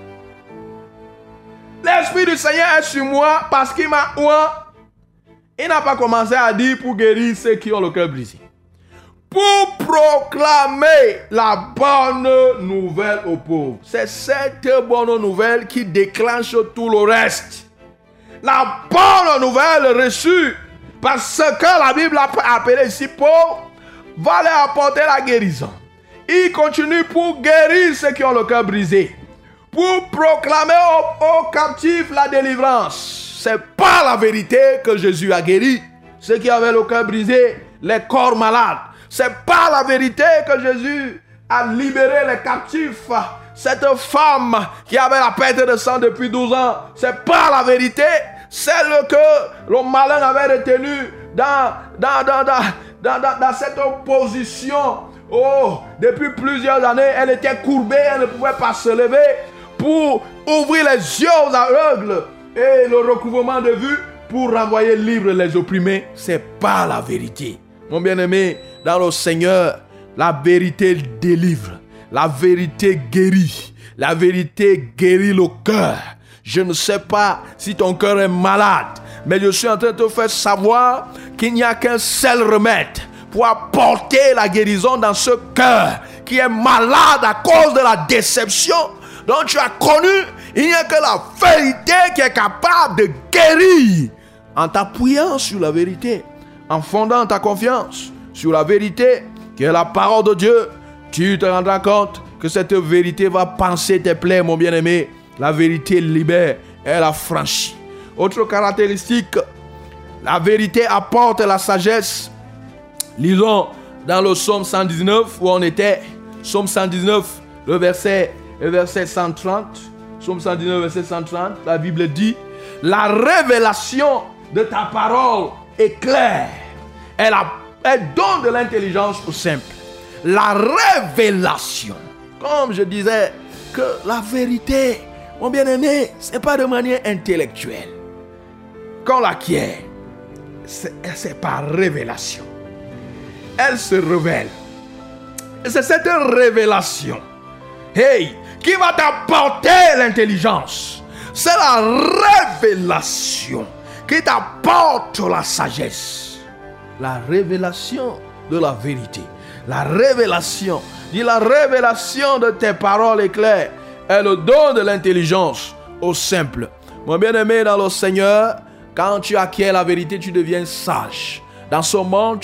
Speaker 2: L'Esprit du Seigneur est sur moi parce qu'il m'a oint. Il n'a pas commencé à dire pour guérir ceux qui ont le cœur brisé. Pour proclamer la bonne nouvelle aux pauvres. C'est cette bonne nouvelle qui déclenche tout le reste. la bonne nouvelle reçue par ce que la Bible a appelé ici Paul va leur apporter la guérison. Il continue pour guérir ceux qui ont le cœur brisé, pour proclamer aux captifs la délivrance. C'est pas la vérité que Jésus a guéri ceux qui avaient le cœur brisé, les corps malades. C'est pas la vérité que Jésus a libéré les captifs. Cette femme qui avait la perte de sang depuis 12 ans, c'est pas la vérité. Celle que le malin avait retenue dans cette position. Oh, depuis plusieurs années, elle était courbée, elle ne pouvait pas se lever pour ouvrir les yeux aux aveugles et le recouvrement de vue pour renvoyer libres les opprimés. C'est pas la vérité. Mon bien-aimé, dans le Seigneur, la vérité délivre, la vérité guérit, la vérité guérit le cœur. Je ne sais pas si ton cœur est malade, mais je suis en train de te faire savoir qu'il n'y a qu'un seul remède pour apporter la guérison dans ce cœur qui est malade à cause de la déception dont tu as connu. Il n'y a que la vérité qui est capable de guérir. En t'appuyant sur la vérité, en fondant ta confiance sur la vérité qui est la parole de Dieu, tu te rendras compte que cette vérité va panser tes plaies, mon bien-aimé. La vérité libère, elle affranchit. Autre caractéristique, la vérité apporte la sagesse. Lisons dans le psaume 119 où on était. Psaume 119, le verset 130. Psaume 119, verset 130. La Bible dit: la révélation de ta parole est claire. Elle donne de l'intelligence au simple. La révélation. Comme je disais, que la vérité, mon bien-aimé, ce n'est pas de manière intellectuelle qu'on l'acquiert. C'est par révélation. Elle se révèle. Et c'est cette révélation, qui va t'apporter l'intelligence. C'est la révélation qui t'apporte la sagesse. La révélation de la vérité. La révélation. Dis, la révélation de tes paroles est claire. Elle donne de l'intelligence au simple. Mon bien-aimé dans le Seigneur, quand tu acquiers la vérité, tu deviens sage. Dans ce monde,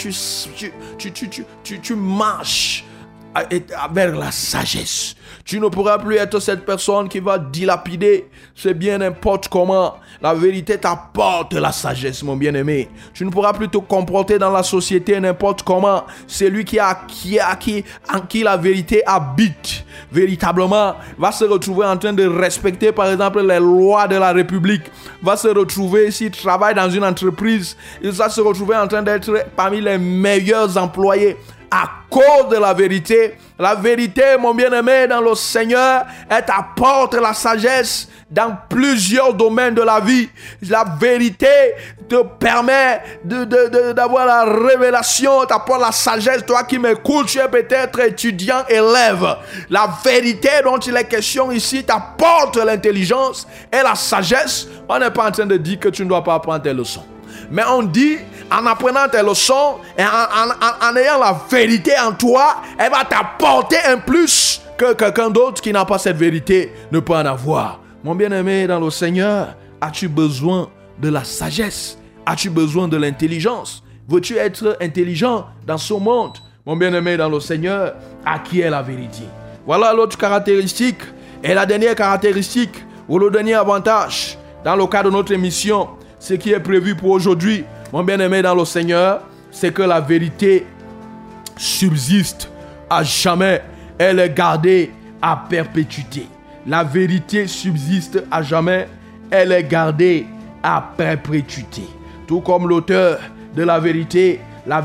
Speaker 2: tu marches vers la sagesse. Tu ne pourras plus être cette personne qui va dilapider ses biens n'importe comment. La vérité t'apporte la sagesse, mon bien-aimé. Tu ne pourras plus te comporter dans la société n'importe comment. Celui en qui la vérité habite, véritablement, va se retrouver en train de respecter, par exemple, les lois de la République. Va se retrouver, s'il travaille dans une entreprise, il va se retrouver en train d'être parmi les meilleurs employés. À cause de la vérité, mon bien-aimé, dans le Seigneur, elle t'apporte la sagesse dans plusieurs domaines de la vie. La vérité te permet d'avoir la révélation, t'apporte la sagesse. Toi qui m'écoutes, tu es peut-être étudiant, élève. La vérité dont il est question ici t'apporte l'intelligence et la sagesse. On n'est pas en train de dire que tu ne dois pas apprendre tes leçons. Mais on dit, en apprenant tes leçons et en ayant la vérité en toi, elle va t'apporter un plus que quelqu'un d'autre qui n'a pas cette vérité ne peut en avoir. Mon bien-aimé dans le Seigneur, as-tu besoin de la sagesse? As-tu besoin de l'intelligence? Veux-tu être intelligent dans ce monde? Mon bien-aimé dans le Seigneur, acquiert la vérité. Voilà l'autre caractéristique. Et la dernière caractéristique, ou le dernier avantage, dans le cadre de notre émission, ce qui est prévu pour aujourd'hui, mon bien-aimé dans le Seigneur, c'est que la vérité subsiste à jamais. Elle est gardée à perpétuité. La vérité subsiste à jamais. Elle est gardée à perpétuité. Tout comme l'auteur de la vérité,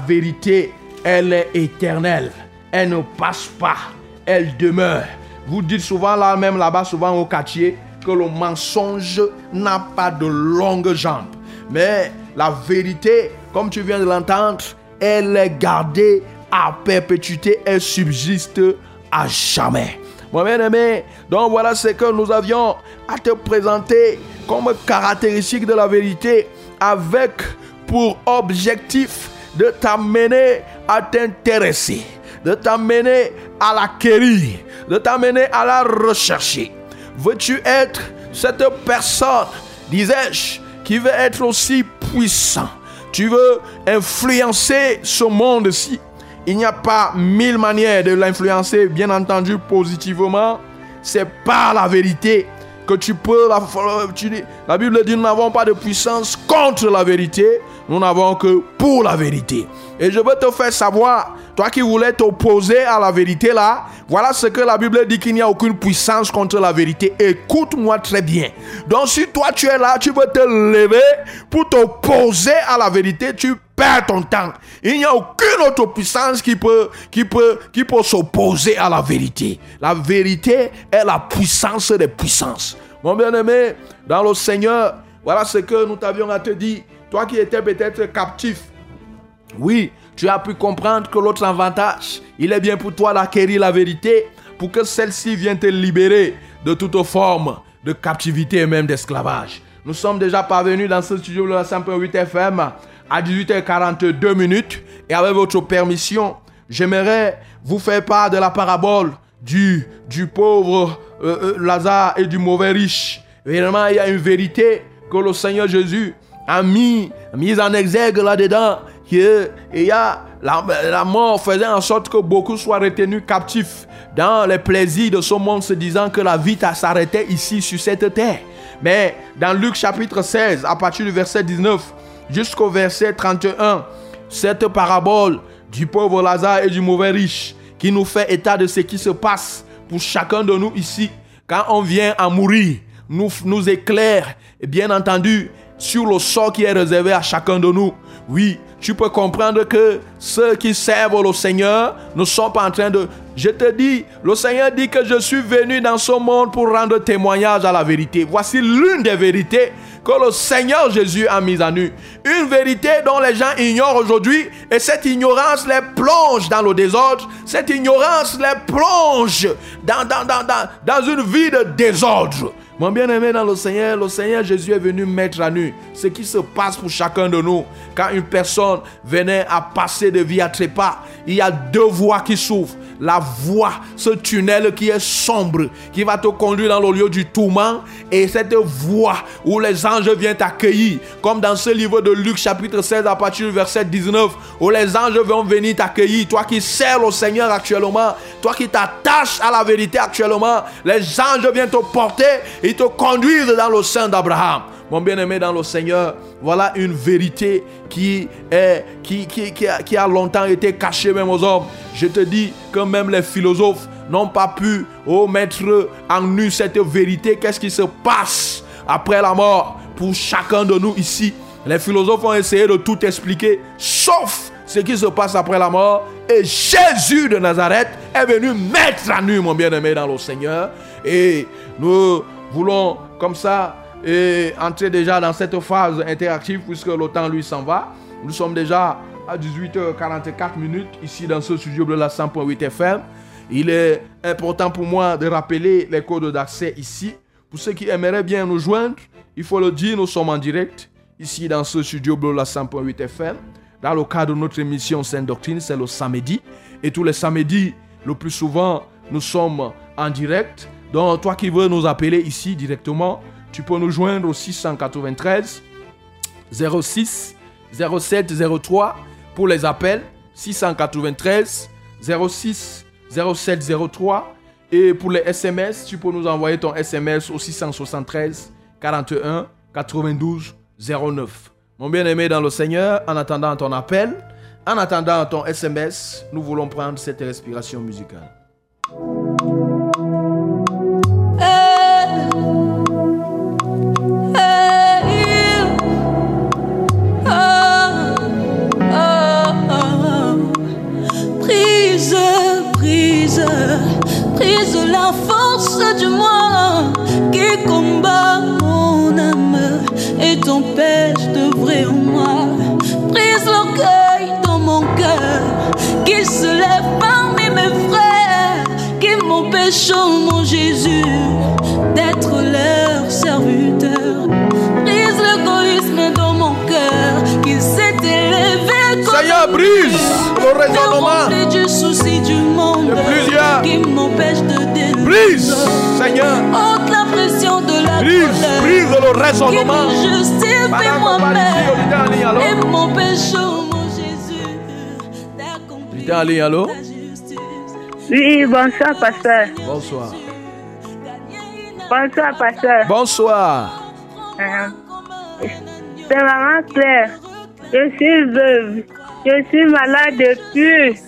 Speaker 2: elle est éternelle. Elle ne passe pas. Elle demeure. Vous dites souvent là-bas, souvent au quartier, que le mensonge n'a pas de longues jambes. Mais la vérité, comme tu viens de l'entendre, elle est gardée à perpétuité. Elle subsiste à jamais. Mon bien-aimé, donc voilà ce que nous avions à te présenter comme caractéristique de la vérité, avec pour objectif de t'amener à t'intéresser, de t'amener à l'acquérir, de t'amener à la rechercher. Veux-tu être cette personne, disais-je, qui veut être aussi puissant. Tu veux influencer ce monde-ci. Il n'y a pas 1000 manières de l'influencer, bien entendu, positivement. C'est par la vérité que tu peux. La Bible dit, nous n'avons pas de puissance contre la vérité. Nous n'avons que pour la vérité. Et je veux te faire savoir, toi qui voulais t'opposer à la vérité là, voilà ce que la Bible dit, qu'il n'y a aucune puissance contre la vérité. Écoute-moi très bien. Donc si toi tu es là, tu veux te lever pour t'opposer à la vérité, tu perds ton temps. Il n'y a aucune autre puissance qui peut s'opposer à la vérité. La vérité est la puissance des puissances. Mon bien-aimé, dans le Seigneur, voilà ce que nous t'avions à te dire. Toi qui étais peut-être captif, oui, tu as pu comprendre que l'autre avantage, il est bien pour toi d'acquérir la vérité pour que celle-ci vienne te libérer de toute forme de captivité et même d'esclavage. Nous sommes déjà parvenus dans ce studio de la 100.8 FM à 18h42 et avec votre permission, j'aimerais vous faire part de la parabole du pauvre Lazare et du mauvais riche. Vraiment, il y a une vérité que le Seigneur Jésus a mis en exergue là-dedans. Et il y a la mort faisait en sorte que beaucoup soient retenus captifs dans les plaisirs de ce monde, se disant que la vie s'arrêtait ici sur cette terre. Mais dans Luc chapitre 16, à partir du verset 19 jusqu'au verset 31, cette parabole du pauvre Lazare et du mauvais riche qui nous fait état de ce qui se passe pour chacun de nous ici quand on vient à mourir, nous éclaire, et bien entendu, sur le sort qui est réservé à chacun de nous. Oui, tu peux comprendre que ceux qui servent le Seigneur ne sont pas en train de... Je te dis, le Seigneur dit que je suis venu dans ce monde pour rendre témoignage à la vérité. Voici l'une des vérités que le Seigneur Jésus a mise en nu. Une vérité dont les gens ignorent aujourd'hui, et cette ignorance les plonge dans le désordre. Cette ignorance les plonge dans une vie de désordre. Mon bien-aimé dans le Seigneur Jésus est venu mettre à nu ce qui se passe pour chacun de nous. Quand une personne venait à passer de vie à trépas, il y a deux voies qui s'ouvrent. La voie, ce tunnel qui est sombre, qui va te conduire dans le lieu du tourment, et cette voie où les anges viennent t'accueillir, comme dans ce livre de Luc chapitre 16 à partir du verset 19, où les anges vont venir t'accueillir. Toi qui sers le Seigneur actuellement, toi qui t'attaches à la vérité actuellement, les anges viennent te porter et te conduisent dans le sein d'Abraham. Mon bien-aimé dans le Seigneur, voilà une vérité qui a longtemps été cachée même aux hommes. Je te dis que même les philosophes n'ont pas pu mettre en nu cette vérité. Qu'est-ce qui se passe après la mort pour chacun de nous ici? Les philosophes ont essayé de tout expliquer, sauf ce qui se passe après la mort. Et Jésus de Nazareth est venu mettre à nu, mon bien-aimé dans le Seigneur. Et nous voulons comme ça et entrer déjà dans cette phase interactive, puisque le temps lui s'en va. Nous sommes déjà à 18h44 ici dans ce studio de la 100.8 FM. Il est important pour moi de rappeler les codes d'accès ici. Pour ceux qui aimeraient bien nous joindre, il faut le dire, nous sommes en direct ici dans ce studio de la 100.8 FM. Dans le cadre de notre émission Sainte Doctrine, c'est le samedi. Et tous les samedis, le plus souvent, nous sommes en direct. Donc toi qui veux nous appeler ici directement, tu peux nous joindre au 693 06 07 03 pour les appels. 693 06 07 03. Et pour les SMS, tu peux nous envoyer ton SMS au 673 41 92 09. Mon bien-aimé dans le Seigneur, en attendant ton appel, en attendant ton SMS, nous voulons prendre cette respiration musicale.
Speaker 8: Brise la force du moi qui combat mon âme et t'empêche d'œuvrer en moi. Brise l'orgueil dans mon cœur qui se lève parmi mes frères.
Speaker 2: le raisonnement.
Speaker 8: Justifie
Speaker 2: Pendant qu'on parle ici,
Speaker 8: moi-même
Speaker 2: auditeur en ligne, allô?
Speaker 8: et mon péché, mon Jésus.
Speaker 2: Auditeur en ligne, allô?
Speaker 9: Oui, bonsoir, pasteur.
Speaker 2: Bonsoir.
Speaker 9: Bonsoir, pasteur.
Speaker 2: Bonsoir.
Speaker 9: C'est maman Claire. Je suis veuve. Je suis malade depuis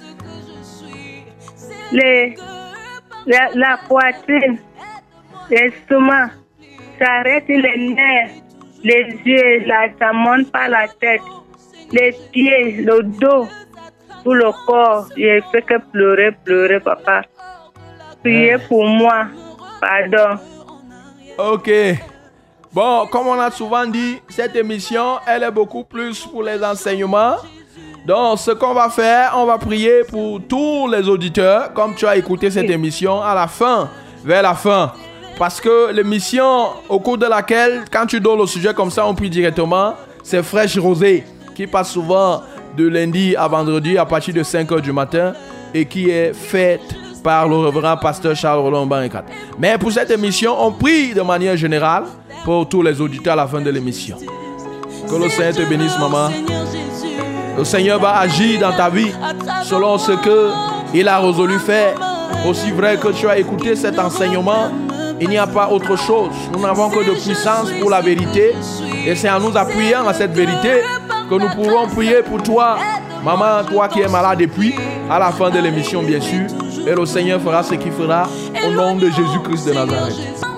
Speaker 9: la poitrine, l'estomac. Ça arrête les nerfs, les yeux, là, ça monte par la tête, les pieds, le dos, tout le corps. Je ne fais que pleurer, papa. Priez pour moi. Pardon.
Speaker 2: Ok. Bon, comme on a souvent dit, cette émission, elle est beaucoup plus pour les enseignements. Donc, ce qu'on va faire, on va prier pour tous les auditeurs, comme tu as écouté cette émission à la fin, vers la fin. Parce que l'émission au cours de laquelle, quand tu donnes le sujet comme ça, on prie directement, c'est Fraîche Rosée, qui passe souvent de lundi à vendredi à partir de 5h du matin et qui est faite par le révérend pasteur Charles Roland Barikat. Mais pour cette émission, on prie de manière générale pour tous les auditeurs à la fin de l'émission. Que le Seigneur te bénisse, maman. Le Seigneur va agir dans ta vie selon ce qu'il a résolu faire. Aussi vrai que tu as écouté cet enseignement, il n'y a pas autre chose. Nous n'avons que de puissance pour la vérité. Et c'est en nous appuyant à cette vérité que nous pourrons prier pour toi, maman, toi qui es malade depuis, à la fin de l'émission, bien sûr. Et le Seigneur fera ce qu'il fera au nom de Jésus-Christ de Nazareth.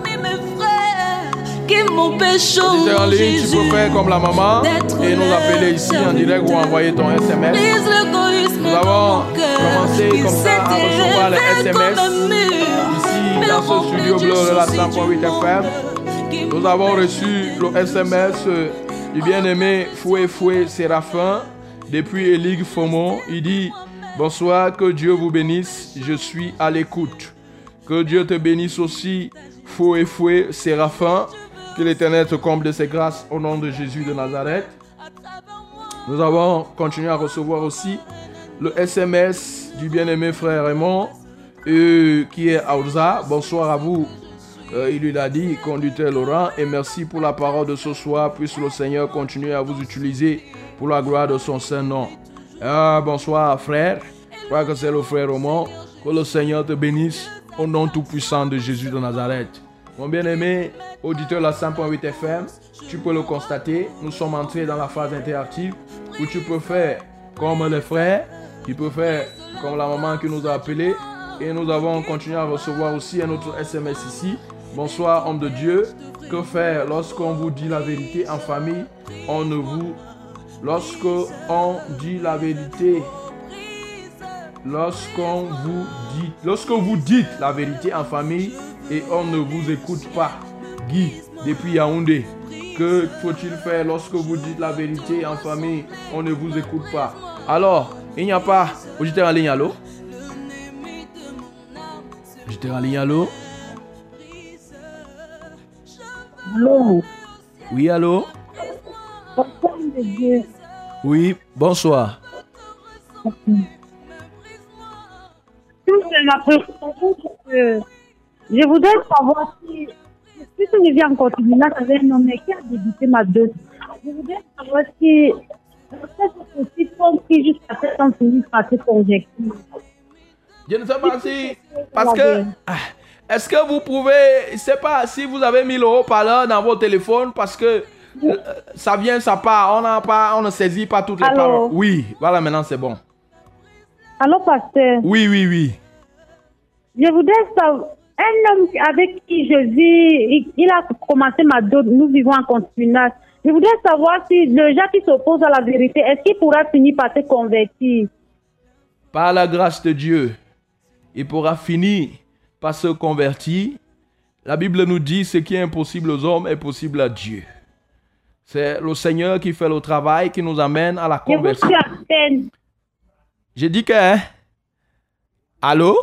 Speaker 2: Auditeur en ligne, tu peux faire comme la maman et nous appeler ici en direct ou envoyer ton SMS. Nous avons commencé comme ça à recevoir les SMS ici dans ce studio bleu de la 100.8 FM. Nous avons reçu le SMS du bien-aimé Foué Séraphin depuis Éligue Fomont. Il dit: bonsoir, que Dieu vous bénisse, je suis à l'écoute. Que Dieu te bénisse aussi, Foué Séraphin. Que l'Éternel te comble de ses grâces au nom de Jésus de Nazareth. Nous avons continué à recevoir aussi le SMS du bien-aimé frère Raymond qui est à Ouza. Bonsoir à vous. Il lui a dit, conducteur Laurent, et merci pour la parole de ce soir. Puisse le Seigneur continuer à vous utiliser pour la gloire de son saint nom. Bonsoir frère. Je crois que c'est le frère Raymond. Que le Seigneur te bénisse au nom tout puissant de Jésus de Nazareth. Mon bien-aimé auditeur de la 100.8 FM, tu peux le constater, nous sommes entrés dans la phase interactive où tu peux faire comme les frères, tu peux faire comme la maman qui nous a appelés et nous avons continué à recevoir aussi un autre SMS ici. Bonsoir homme de Dieu, que faire lorsqu'on vous dit la vérité en famille, lorsque vous dites la vérité en famille et on ne vous écoute pas. Guy, depuis Yaoundé, que faut-il faire lorsque vous dites la vérité en famille, on ne vous écoute pas? Alors, il n'y a pas... Auditeur en ligne, allô? Auditeur en ligne, allô?
Speaker 9: Allô?
Speaker 2: Oui, allô?
Speaker 9: Bonsoir, Dieu.
Speaker 2: Oui, bonsoir.
Speaker 9: C'est la préoccupation que je voudrais savoir si je viens en continuer avec un homme qui a débuté ma dose. Je voudrais savoir si c'est possible qu'on prie jusqu'à cette temps finir par cette objectif.
Speaker 2: Je ne sais pas si... Parce que... Est-ce que vous pouvez... Je ne sais pas si vous avez mis le haut-parleur dans votre téléphone parce que ça vient, ça part. On ne saisit pas toutes les paroles. Oui, voilà, maintenant c'est bon.
Speaker 9: Allô, pasteur?
Speaker 2: Oui.
Speaker 9: Je voudrais savoir... Un homme avec qui je vis, il a commencé ma dot, nous vivons en continuance. Je voudrais savoir si le gens qui s'oppose à la vérité, est-ce qu'il pourra finir par se convertir?
Speaker 2: Par la grâce de Dieu, il pourra finir par se convertir. La Bible nous dit ce qui est impossible aux hommes est possible à Dieu. C'est le Seigneur qui fait le travail, qui nous amène à la conversion.
Speaker 9: Je vous suis à peine.
Speaker 2: J'ai dit que... Allô?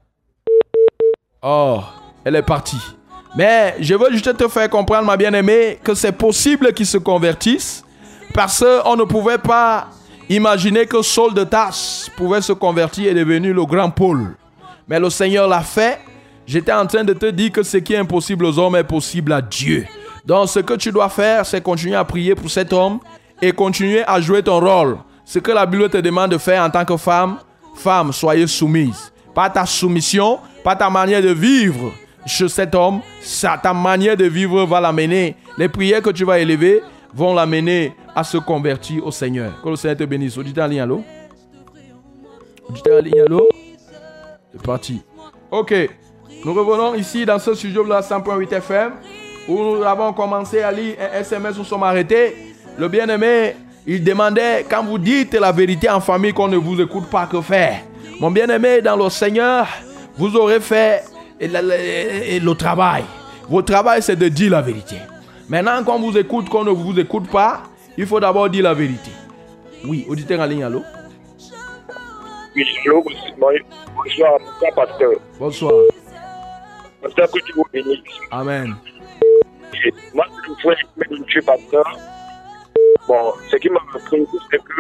Speaker 2: Oh, elle est partie. Mais je veux juste te faire comprendre, ma bien-aimée, que c'est possible qu'ils se convertissent parce qu'on ne pouvait pas imaginer que Saul de Tarse pouvait se convertir et devenir le grand Paul. Mais le Seigneur l'a fait. J'étais en train de te dire que ce qui est impossible aux hommes est possible à Dieu. Donc, ce que tu dois faire, c'est continuer à prier pour cet homme et continuer à jouer ton rôle. Ce que la Bible te demande de faire en tant que femme, soyez soumise. Pas ta soumission, pas ta manière de vivre chez cet homme, ta manière de vivre va l'amener. Les prières que tu vas élever vont l'amener à se convertir au Seigneur. Que le Seigneur te bénisse. Auditeur en ligne, allô? Auditeur en ligne, allô? C'est parti. Ok. Nous revenons ici dans ce studio de la 100.8 FM où nous avons commencé à lire un SMS, nous sommes arrêtés. Le bien-aimé, il demandait, quand vous dites la vérité en famille qu'on ne vous écoute pas, que faire? Mon bien-aimé, dans le Seigneur, vous aurez fait le travail. Votre travail, c'est de dire la vérité. Maintenant, quand on vous écoute, qu'on ne vous écoute pas, il faut d'abord dire la vérité. Oui, auditeur en ligne, allô?
Speaker 10: Oui, allô, bonsoir, pasteur.
Speaker 2: Bonsoir.
Speaker 10: Pasteur, que tu vous bénisses.
Speaker 2: Amen.
Speaker 10: Et moi, je voudrais me tuer, pasteur. Bon, ce qui m'a pris, c'est que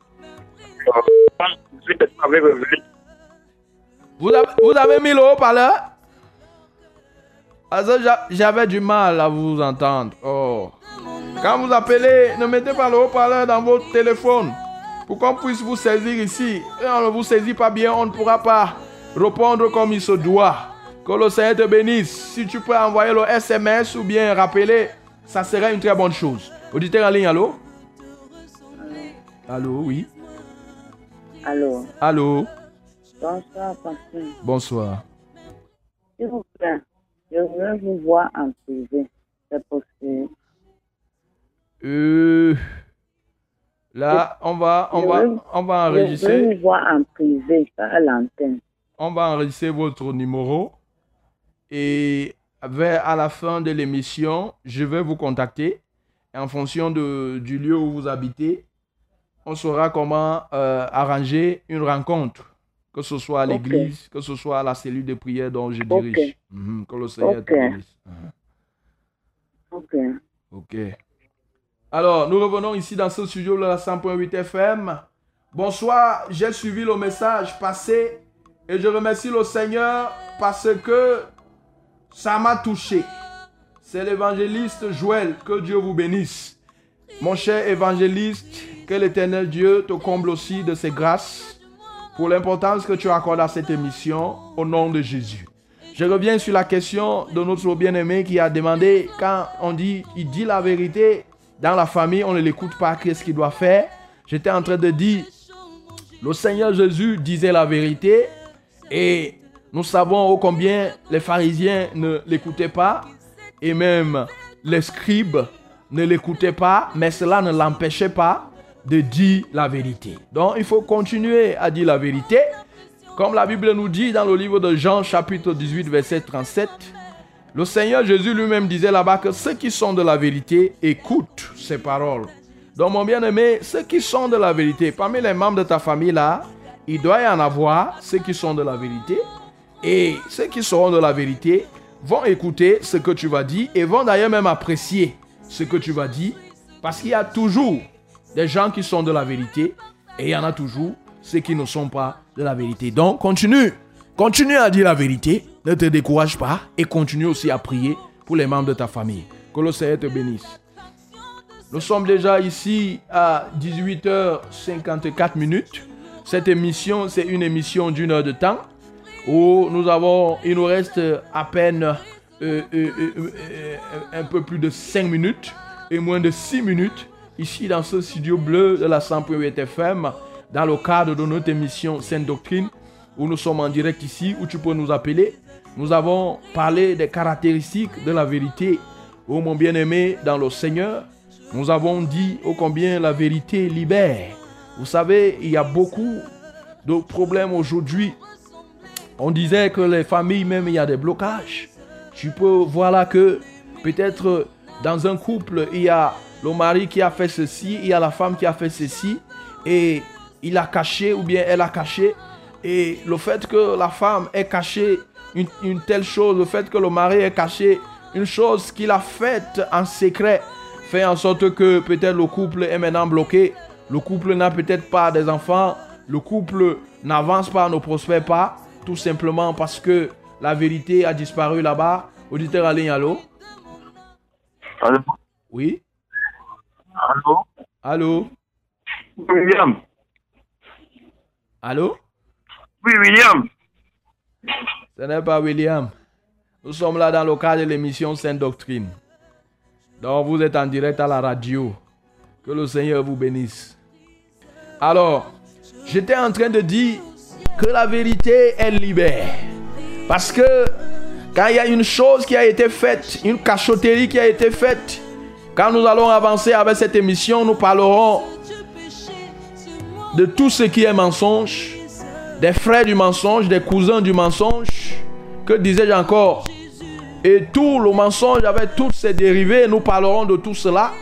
Speaker 10: je m'avais révélé.
Speaker 2: Vous avez mis le haut-parleur? J'avais du mal à vous entendre. Oh. Quand vous appelez, ne mettez pas le haut-parleur dans votre téléphone pour qu'on puisse vous saisir ici. Et on ne vous saisit pas bien, on ne pourra pas répondre comme il se doit. Que le Seigneur te bénisse. Si tu peux envoyer le SMS ou bien rappeler, ça serait une très bonne chose. Auditeur en ligne, allô? Allô, oui.
Speaker 11: Allô.
Speaker 2: Allô.
Speaker 11: Bonsoir, pasteur.
Speaker 2: Bonsoir.
Speaker 11: S'il vous plaît, je veux vous voir en privé. C'est possible.
Speaker 2: Là, on va enregistrer.
Speaker 11: Je veux vous voir en privé, pas à l'antenne.
Speaker 2: On va enregistrer votre numéro et à la fin de l'émission, je vais vous contacter. Et en fonction du lieu où vous habitez, on saura comment arranger une rencontre. Que ce soit à l'église, que ce soit à la cellule de prière dont je dirige. Que le Seigneur te bénisse. Ok. Alors, nous revenons ici dans ce studio de la 100.8 FM. Bonsoir, j'ai suivi le message passé et je remercie le Seigneur parce que ça m'a touché. C'est l'évangéliste Joël, que Dieu vous bénisse. Mon cher évangéliste, que l'Éternel Dieu te comble aussi de ses grâces pour l'importance que tu accordes à cette émission au nom de Jésus. Je reviens sur la question de notre bien-aimé qui a demandé, quand on dit, il dit la vérité, dans la famille, on ne l'écoute pas, qu'est-ce qu'il doit faire? J'étais en train de dire, le Seigneur Jésus disait la vérité et nous savons ô combien les pharisiens ne l'écoutaient pas et même les scribes ne l'écoutaient pas, mais cela ne l'empêchait pas de dire la vérité. Donc, il faut continuer à dire la vérité. Comme la Bible nous dit dans le livre de Jean, chapitre 18, verset 37, le Seigneur Jésus lui-même disait là-bas que ceux qui sont de la vérité écoutent ses paroles. Donc, mon bien-aimé, ceux qui sont de la vérité, parmi les membres de ta famille là, il doit y en avoir ceux qui sont de la vérité. Et ceux qui seront de la vérité vont écouter ce que tu vas dire et vont d'ailleurs même apprécier ce que tu vas dire. Parce qu'il y a toujours des gens qui sont de la vérité et il y en a toujours ceux qui ne sont pas de la vérité. Donc, continue à dire la vérité, ne te décourage pas et continue aussi à prier pour les membres de ta famille. Que le Seigneur te bénisse. Nous sommes déjà ici à 18h54. Cette émission, c'est une émission d'1 heure de temps où il nous reste à peine un peu plus de 5 minutes et moins de 6 minutes ici dans ce studio bleu de la 100.8 FM dans le cadre de notre émission Sainte Doctrine où nous sommes en direct ici, où tu peux nous appeler. Nous avons parlé des caractéristiques de la vérité. Oh mon bien-aimé dans le Seigneur, nous avons dit ô combien la vérité libère. Vous savez, il y a beaucoup de problèmes aujourd'hui. On disait que les familles même, il y a des blocages. Tu peux voir là que peut-être dans un couple, il y a le mari qui a fait ceci, il y a la femme qui a fait ceci, et il a caché ou bien elle a caché. Et le fait que la femme ait caché une telle chose, le fait que le mari ait caché une chose qu'il a faite en secret, fait en sorte que peut-être le couple est maintenant bloqué. Le couple n'a peut-être pas des enfants, le couple n'avance pas, ne prospère pas, tout simplement parce que la vérité a disparu là-bas. Auditeur en ligne, allô?
Speaker 10: Allô?
Speaker 2: Oui?
Speaker 10: Allô?
Speaker 2: Allô?
Speaker 10: William?
Speaker 2: Allô?
Speaker 10: Oui, William.
Speaker 2: Ce n'est pas William. Nous sommes là dans le cadre de l'émission Sainte Doctrine. Donc vous êtes en direct à la radio. Que le Seigneur vous bénisse. Alors, j'étais en train de dire que la vérité, elle libère. Parce que quand il y a une chose qui a été faite, une cachotterie qui a été faite, quand nous allons avancer avec cette émission, nous parlerons de tout ce qui est mensonge, des frères du mensonge, des cousins du mensonge. Que disais-je encore? Et tout le mensonge avec toutes ses dérivés, nous parlerons de tout cela.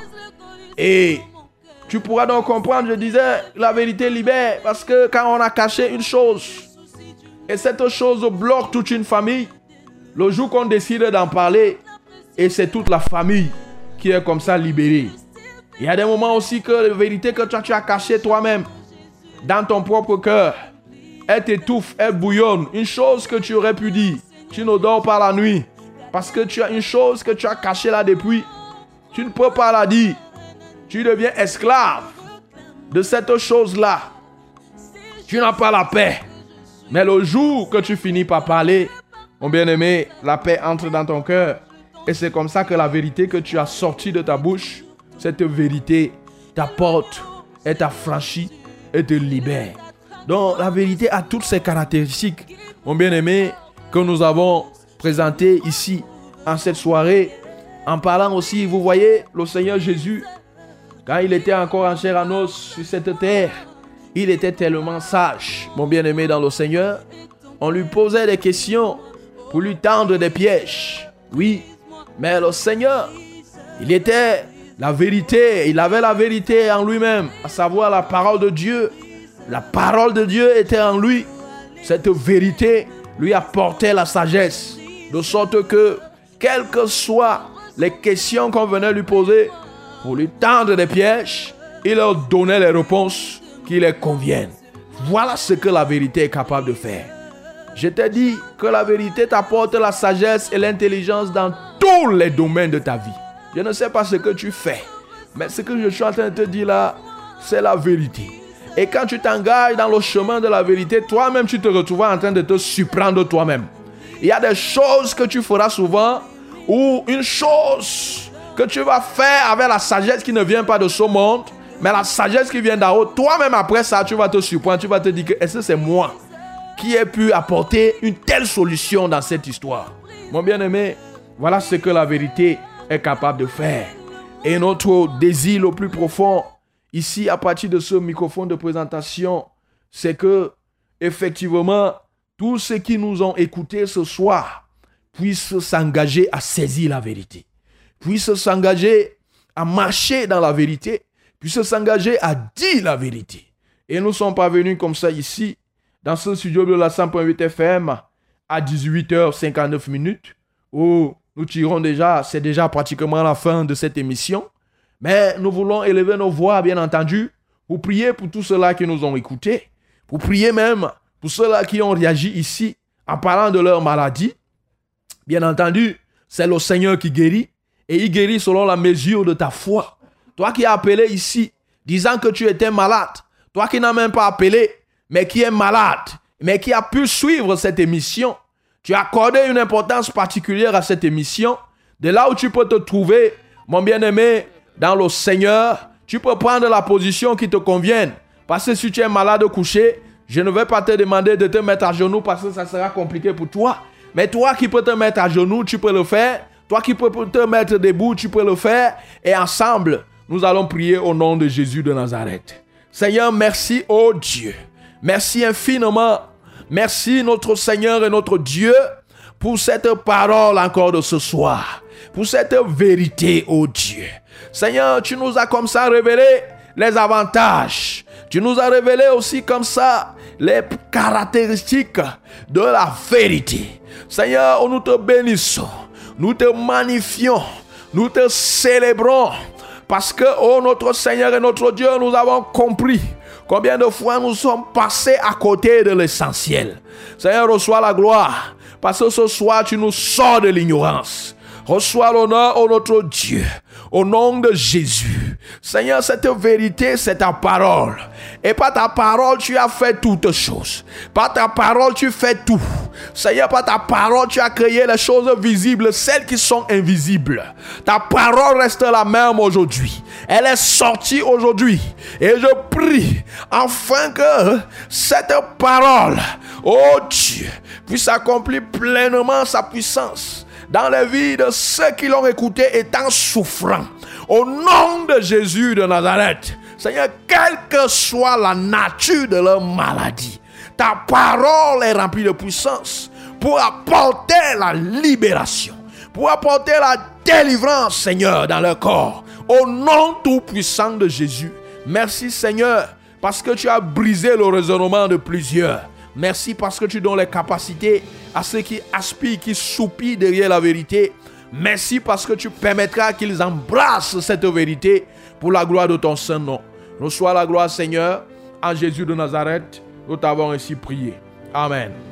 Speaker 2: Et tu pourras donc comprendre, je disais, la vérité libère. Parce que quand on a caché une chose, et cette chose bloque toute une famille, le jour qu'on décide d'en parler, et c'est toute la famille qui est comme ça libérée. Il y a des moments aussi que la vérité que tu as cachée toi-même, dans ton propre cœur, elle t'étouffe, elle bouillonne. Une chose que tu aurais pu dire, tu ne dors pas la nuit. Parce que tu as une chose que tu as cachée là depuis. Tu ne peux pas la dire. Tu deviens esclave de cette chose-là. Tu n'as pas la paix. Mais le jour que tu finis par parler, mon bien-aimé, la paix entre dans ton cœur. Et c'est comme ça que la vérité que tu as sortie de ta bouche, cette vérité t'apporte et t'affranchit et te libère. Donc la vérité a toutes ces caractéristiques, mon bien-aimé, que nous avons présentées ici en cette soirée. En parlant aussi, vous voyez, le Seigneur Jésus, quand il était encore en chair en os sur cette terre, il était tellement sage, mon bien-aimé dans le Seigneur. On lui posait des questions pour lui tendre des pièges. Oui, mais le Seigneur, il était la vérité. Il avait la vérité en lui-même, à savoir la parole de Dieu. La parole de Dieu était en lui. Cette vérité lui apportait la sagesse. De sorte que, quelles que soient les questions qu'on venait lui poser, pour lui tendre des pièges, il leur donnait les réponses qui les conviennent. Voilà ce que la vérité est capable de faire. Je t'ai dit que la vérité t'apporte la sagesse et l'intelligence dans tous les domaines de ta vie. Je ne sais pas ce que tu fais, mais ce que je suis en train de te dire là, c'est la vérité. Et quand tu t'engages dans le chemin de la vérité, toi-même tu te retrouves en train de te surprendre toi-même. Il y a des choses que tu feras souvent, ou une chose que tu vas faire avec la sagesse qui ne vient pas de ce monde, mais la sagesse qui vient d'en haut. Toi-même après ça, tu vas te surprendre, tu vas te dire que est-ce que c'est moi qui ai pu apporter une telle solution dans cette histoire? Mon bien-aimé, voilà ce que la vérité est capable de faire. Et notre désir le plus profond, ici à partir de ce microphone de présentation, c'est que, effectivement, tous ceux qui nous ont écoutés ce soir puissent s'engager à saisir la vérité, puissent s'engager à marcher dans la vérité, puissent s'engager à dire la vérité. Et nous sommes parvenus comme ça ici, dans ce studio de la 100.8 FM, à 18h59, où nous tirons déjà, c'est déjà pratiquement la fin de cette émission. Mais nous voulons élever nos voix, bien entendu, pour prier pour tous ceux-là qui nous ont écoutés, pour prier même pour ceux-là qui ont réagi ici en parlant de leur maladie. Bien entendu, c'est le Seigneur qui guérit, et il guérit selon la mesure de ta foi. Toi qui as appelé ici, disant que tu étais malade, toi qui n'as même pas appelé, mais qui est malade, mais qui a pu suivre cette émission, tu as accordé une importance particulière à cette émission. De là où tu peux te trouver, mon bien-aimé, dans le Seigneur, tu peux prendre la position qui te convienne. Parce que si tu es malade couché, je ne vais pas te demander de te mettre à genoux parce que ça sera compliqué pour toi. Mais toi qui peux te mettre à genoux, tu peux le faire. Toi qui peux te mettre debout, tu peux le faire. Et ensemble, nous allons prier au nom de Jésus de Nazareth. Seigneur, merci, oh Dieu. Merci infiniment. Merci notre Seigneur et notre Dieu pour cette parole encore de ce soir. Pour cette vérité, oh Dieu. Seigneur, tu nous as comme ça révélé les avantages. Tu nous as révélé aussi comme ça les caractéristiques de la vérité. Seigneur, nous te bénissons. Nous te magnifions. Nous te célébrons. Parce que, oh notre Seigneur et notre Dieu, nous avons compris combien de fois nous sommes passés à côté de l'essentiel. Seigneur, reçois la gloire. Parce que ce soir, tu nous sors de l'ignorance. Reçois l'honneur, oh notre Dieu. Au nom de Jésus. Seigneur, cette vérité, c'est ta parole. Et par ta parole, tu as fait toutes choses. Par ta parole, tu fais tout. Seigneur, par ta parole, tu as créé les choses visibles, celles qui sont invisibles. Ta parole reste la même aujourd'hui. Elle est sortie aujourd'hui. Et je prie, afin que cette parole, oh Dieu, puisse accomplir pleinement sa puissance dans les vies de ceux qui l'ont écouté étant souffrants. Au nom de Jésus de Nazareth, Seigneur, quelle que soit la nature de leur maladie, ta parole est remplie de puissance pour apporter la libération, pour apporter la délivrance, Seigneur, dans leur corps. Au nom tout puissant de Jésus. Merci, Seigneur, parce que tu as brisé le raisonnement de plusieurs. Merci parce que tu donnes les capacités à ceux qui aspirent, qui soupirent derrière la vérité. Merci parce que tu permettras qu'ils embrassent cette vérité pour la gloire de ton saint nom. Reçois la gloire, Seigneur, en Jésus de Nazareth. Nous t'avons ainsi prié. Amen.